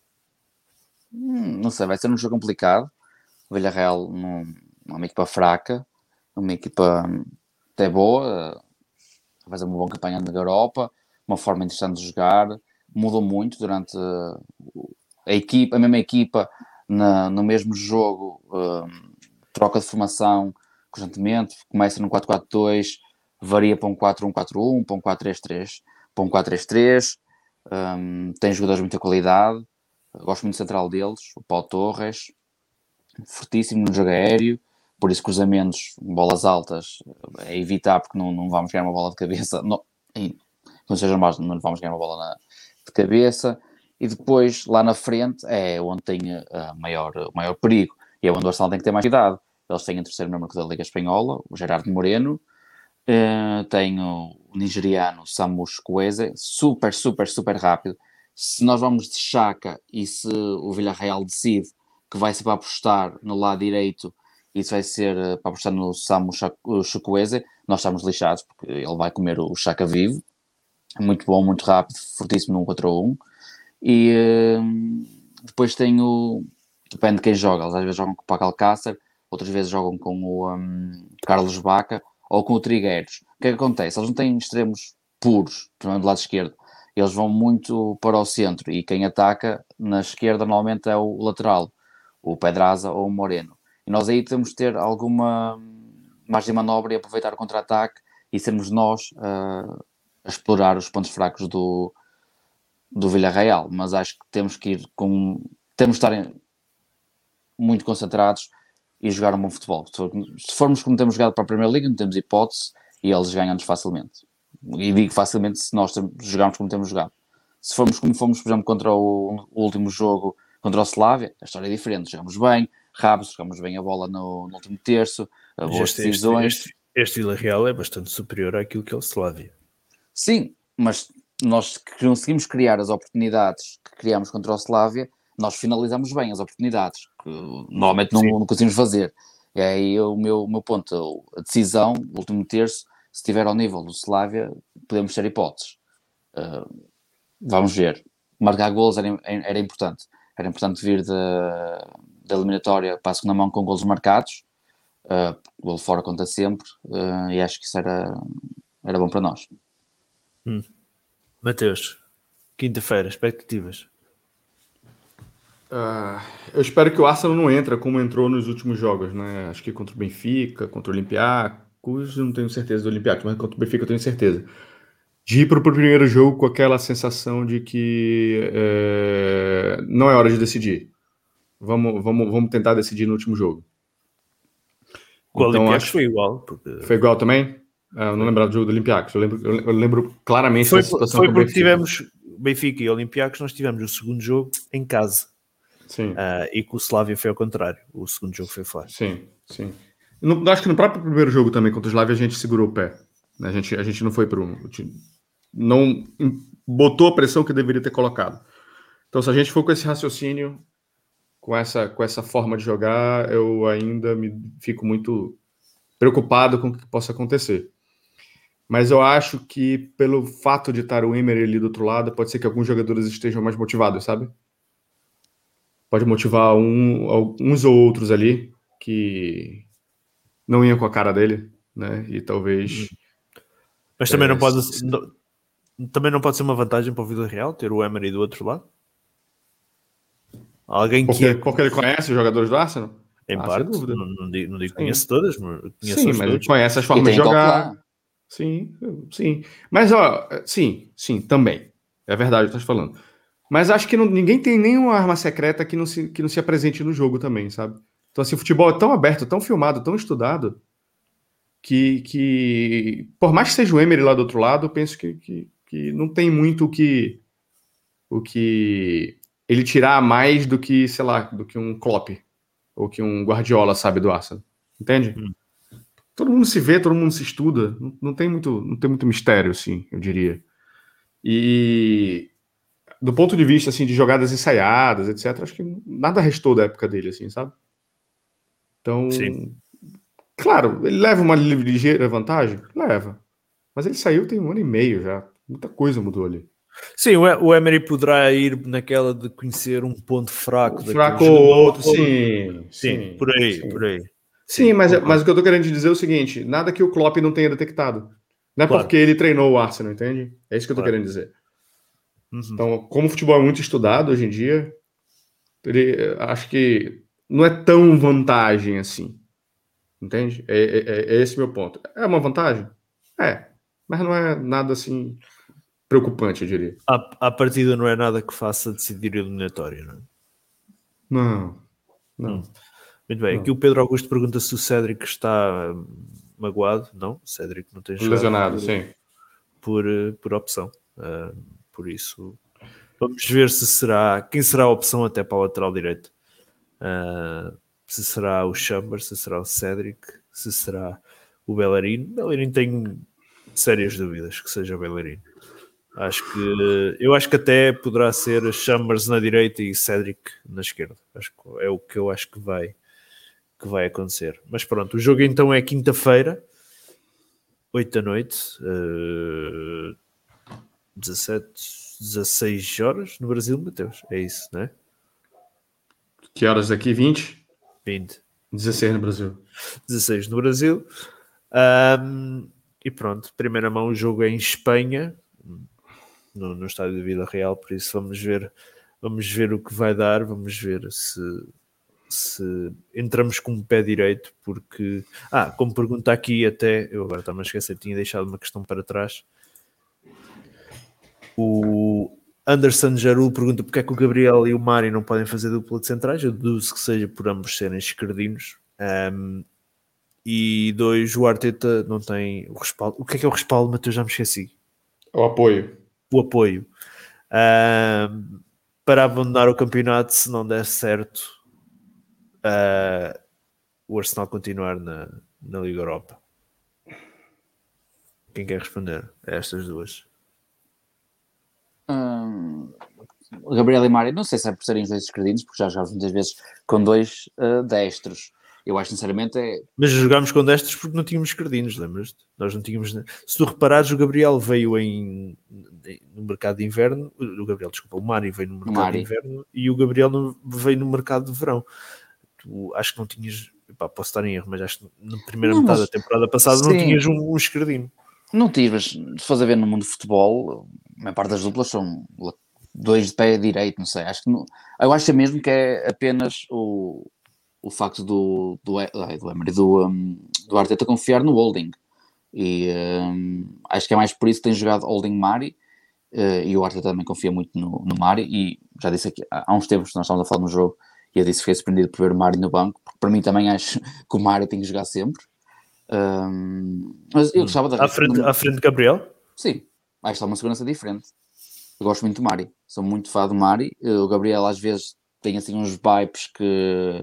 Não sei, vai ser um jogo complicado. O Villarreal não é uma equipa fraca, uma equipa até boa, vai fazer uma boa campanha na Europa, uma forma interessante de jogar, mudou muito durante a mesma equipa no mesmo jogo, troca de formação constantemente, começa no 4-4-2, varia para um 4-1-4-1, para um 4-3-3, para um 4-3-3, tem jogadores de muita qualidade. Gosto muito do central deles, o Paulo Torres, fortíssimo no jogo aéreo, por isso cruzamentos, bolas altas, é evitar porque não vamos ganhar uma bola de cabeça, não seja mais, não vamos ganhar uma bola de cabeça, e depois lá na frente é onde tem o maior perigo, e é onde o Arsenal tem que ter mais cuidado. Eles têm o terceiro número da Liga Espanhola, o Gerardo Moreno, tem o nigeriano Samu Chukwueze, super rápido. Se nós vamos de Xhaka e se o Villarreal decide que vai ser para apostar no lado direito e se vai ser para apostar no Samu Chukwueze, nós estamos lixados porque ele vai comer o Xhaka vivo. Muito bom, muito rápido, fortíssimo no 1-4-1. E depois tem depende de quem joga, eles às vezes jogam com o Paco Alcácer, outras vezes jogam com o Carlos Baca ou com o Trigueiros. O que é que acontece? Eles não têm extremos puros, principalmente do lado esquerdo. Eles vão muito para o centro e quem ataca na esquerda normalmente é o lateral, o Pedraza ou o Moreno. E nós aí temos de ter alguma margem de manobra e aproveitar o contra-ataque e sermos nós a explorar os pontos fracos do Villarreal. Mas acho que temos que ir temos de estar muito concentrados e jogar um bom futebol. Se formos como temos jogado para a Primeira Liga, não temos hipótese e eles ganham-nos facilmente. E digo facilmente se nós jogarmos como temos jogado. Se formos como fomos, por exemplo, contra o último jogo contra o Slavia, a história é diferente. Jogamos bem, rápido, jogamos bem a bola no último terço, boas decisões. Este Villarreal é bastante superior àquilo que é o Slavia. Sim, mas nós conseguimos criar as oportunidades que criámos contra o Slavia, nós finalizamos bem as oportunidades, que normalmente não conseguimos fazer. E aí o meu ponto, a decisão, o último terço, se estiver ao nível do Slavia, podemos ter hipóteses. Vamos ver. Marcar golos era importante. Era importante vir da eliminatória para a segunda mão com golos marcados. O golo fora conta sempre. E acho que isso era bom para nós. Mateus, quinta-feira, expectativas? Eu espero que o Arsenal não entre como entrou nos últimos jogos, né? Acho que contra o Benfica, contra o Olympiacos, não tenho certeza do Olympiacos, mas contra o Benfica eu tenho certeza. De ir para o primeiro jogo com aquela sensação de que não é hora de decidir. Vamos tentar decidir no último jogo. Com o Olympiacos foi igual. Foi igual também? Eu não lembrava do jogo do Olympiacos. Eu lembro claramente da situação. Foi porque tivemos Benfica e Olympiacos, nós tivemos o segundo jogo em casa. Sim. E com o Slavia foi ao contrário. O segundo jogo foi fora. Sim. Acho que no próprio primeiro jogo também, contra o Slavia, a gente segurou o pé. A gente não foi para não botou a pressão que deveria ter colocado. Então, se a gente for com esse raciocínio, com essa forma de jogar, eu ainda fico muito preocupado com o que possa acontecer. Mas eu acho que pelo fato de estar o Emery ali do outro lado, pode ser que alguns jogadores estejam mais motivados, sabe? Pode motivar uns ou outros ali que não iam com a cara dele, né? E talvez... Mas também também não pode ser uma vantagem para o Villarreal ter o Emery do outro lado? Alguém porque ele conhece os jogadores do Arsenal? Em parte, não digo que conheço todas, mas conheço mas todos. ele conhece as formas de jogar. Sim. Mas, sim, também. É verdade o que eu estou falando. Mas acho que ninguém tem nenhuma arma secreta que não se apresente no jogo também, sabe? Então, assim, o futebol é tão aberto, tão filmado, tão estudado, que por mais que seja o Emery lá do outro lado, eu penso que não tem muito o que ele tirar mais do que, sei lá, do que um Klopp ou que um Guardiola, sabe, do Arsenal. Entende? Todo mundo se vê, todo mundo se estuda. Não tem muito mistério, assim, eu diria. E do ponto de vista, assim, de jogadas ensaiadas, etc., acho que nada restou da época dele, assim, sabe? Então, sim. Claro, ele leva uma ligeira vantagem? Leva. Mas ele saiu tem 1 ano e meio já. Muita coisa mudou ali. Sim, o Emery poderá ir naquela de conhecer um ponto fraco. Fraco ou outro, sim. Por aí. Sim, mas o que eu tô querendo te dizer é o seguinte, nada que o Klopp não tenha detectado. Não é porque ele treinou o Arsenal, entende? É isso que eu tô querendo dizer. Então, como o futebol é muito estudado hoje em dia, acho que não é tão vantagem assim. Entende? É esse meu ponto. É uma vantagem? Mas não é nada assim preocupante, eu diria. A partida não é nada que faça decidir eliminatório, não é? Não. Muito bem, aqui o Pedro Augusto pergunta se o Cédric está magoado. Não, o Cédric não tem jogado lesionado, sim. Por opção. Por isso, vamos ver quem será a opção até para o lateral direito. Se será o Chambers, se será o Cédric, se será o Bellerin. Bellerin tenho sérias dúvidas que seja o Bellerin. Eu acho que até poderá ser Chambers na direita e Cédric na esquerda. Acho que é o que eu acho que vai acontecer. Mas pronto, o jogo então é quinta-feira, 8 da noite, 16 horas no Brasil, Mateus. É isso, não é? Que horas aqui? 20? 20. 16 no Brasil. 16 no Brasil. E pronto, primeira mão, o jogo é em Espanha, no estádio da Vila Real, por isso vamos ver o que vai dar, vamos ver se entramos com o pé direito, porque como pergunta aqui até, eu agora estava a esquecer, tinha deixado uma questão para trás. O Anderson Jarul pergunta porque é que o Gabriel e o Mário não podem fazer dupla de centrais. Eu deduzo que seja por ambos serem esquerdinos. E 2, o Arteta não tem o respaldo. O que é o respaldo, Matheus? Já me esqueci. O apoio. O apoio. Para abandonar o campeonato, se não der certo, o Arsenal continuar na Liga Europa. Quem quer responder a estas duas? O Gabriel e Mário, não sei se é por serem os dois esquerdinos, porque já jogámos muitas vezes com 2 destros. Eu acho sinceramente Mas jogámos com destros porque não tínhamos esquerdinos, lembras-te? Nós não tínhamos. Se tu reparares, o Gabriel veio no mercado de inverno. O Mário veio no mercado de inverno e o Gabriel veio no mercado de verão. Tu acho que não tinhas. Posso estar em erro, mas acho que na primeira metade da temporada passada não tinhas um esquerdino. Não tive, mas se fores a ver no mundo de futebol, a maior parte das duplas são 2 de pé direito, não sei. Eu acho mesmo que é apenas o facto do Emery, do Arteta confiar no Holding. E acho que é mais por isso que tem jogado Holding Mari, e o Arteta também confia muito no Mari, e já disse aqui, há uns tempos que nós estávamos a falar no jogo, e eu disse que fiquei surpreendido por ver o Mari no banco, porque para mim também acho que o Mari tem que jogar sempre. Mas eu gostava da... À frente de Gabriel? Sim, acho que há uma segurança diferente. Eu gosto muito do Mari, sou muito fã do Mari. O Gabriel às vezes tem assim uns vibes que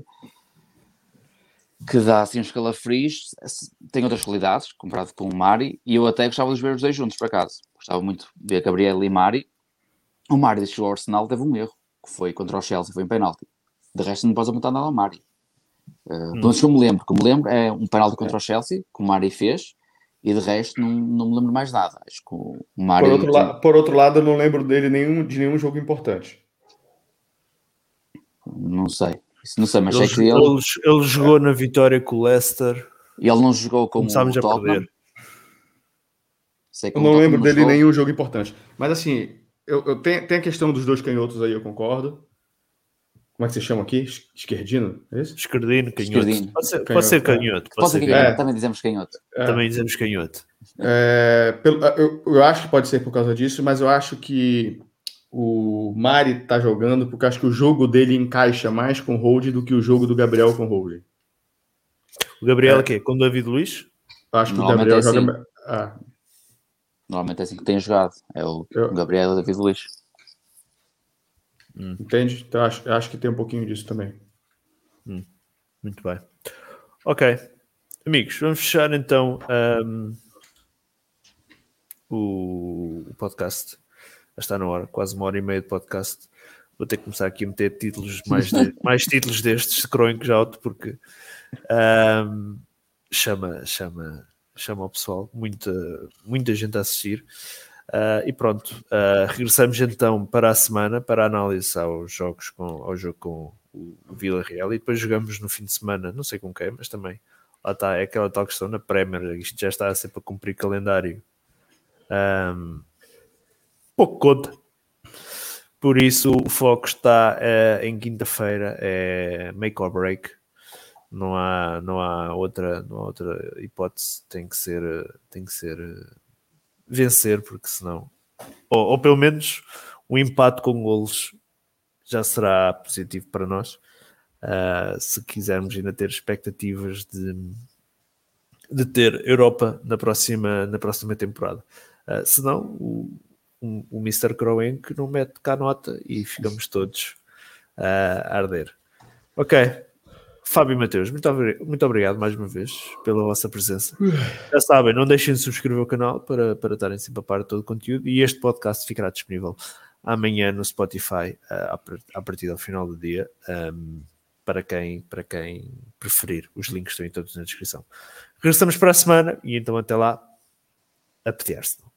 dá assim uns calafrios, tem outras qualidades comparado com o Mari, e eu até gostava de ver os dois juntos, por acaso. Gostava muito de ver Gabriel e Mari. O Mari, desde que chegou ao Arsenal, teve um erro, que foi contra o Chelsea, foi um penalti. De resto não posso apontar nada ao Mari. Pelo menos que eu me lembro. O que me lembro é um penalti contra o Chelsea, que o Mari fez, e de resto não me lembro mais nada. Acho que o Mari... Por outro lado, eu não lembro dele de nenhum jogo importante. Não sei, mas sei que ele jogou na vitória com o Leicester. E ele não jogou com começámos o Tottenham. A perder. Eu não lembro dele em nenhum jogo importante. Mas assim, eu tenho a questão dos 2 canhotos aí, eu concordo. Como é que você chama aqui? Esquerdino? É isso? Esquerdino, canhoto. Pode ser canhoto. Pode ser canhoto. Também dizemos canhoto. Também dizemos canhoto. Eu acho que pode ser por causa disso, mas eu acho que o Mari tá jogando porque eu acho que o jogo dele encaixa mais com o Hold do que o jogo do Gabriel com o Hold. O Gabriel é quê? Com o David Luiz? Eu acho que o Gabriel joga... Normalmente é assim que tem jogado. É o Gabriel e o David Luiz. Entende? Então acho que tem um pouquinho disso também. Muito bem. Ok. Amigos, vamos fechar então o podcast. Já está na hora, quase 1h30 de podcast. Vou ter que começar aqui a meter títulos, mais títulos destes crónicos alto, porque chama o pessoal, muita gente a assistir. E pronto, regressamos então para a semana para a análise ao jogo com o Vila Real, e depois jogamos no fim de semana, não sei com quem, mas também lá está, é aquela tal questão na Premier, isto já está a ser para cumprir calendário, pouco conta, por isso o foco está em quinta-feira, é make or break, não há outra hipótese, tem que ser vencer, porque senão, ou pelo menos um empate com golos já será positivo para nós, se quisermos ainda ter expectativas de ter Europa na próxima temporada. Senão o Mr. Kroenke não mete cá nota e ficamos todos a arder. Ok, Fábio e Mateus, muito obrigado mais uma vez pela vossa presença. Já sabem, não deixem de subscrever o canal para estarem sempre a par de todo o conteúdo, e este podcast ficará disponível amanhã no Spotify a partir do final do dia, para quem preferir. Os links estão todos na descrição. Regressamos para a semana e então até lá, a pedir-se.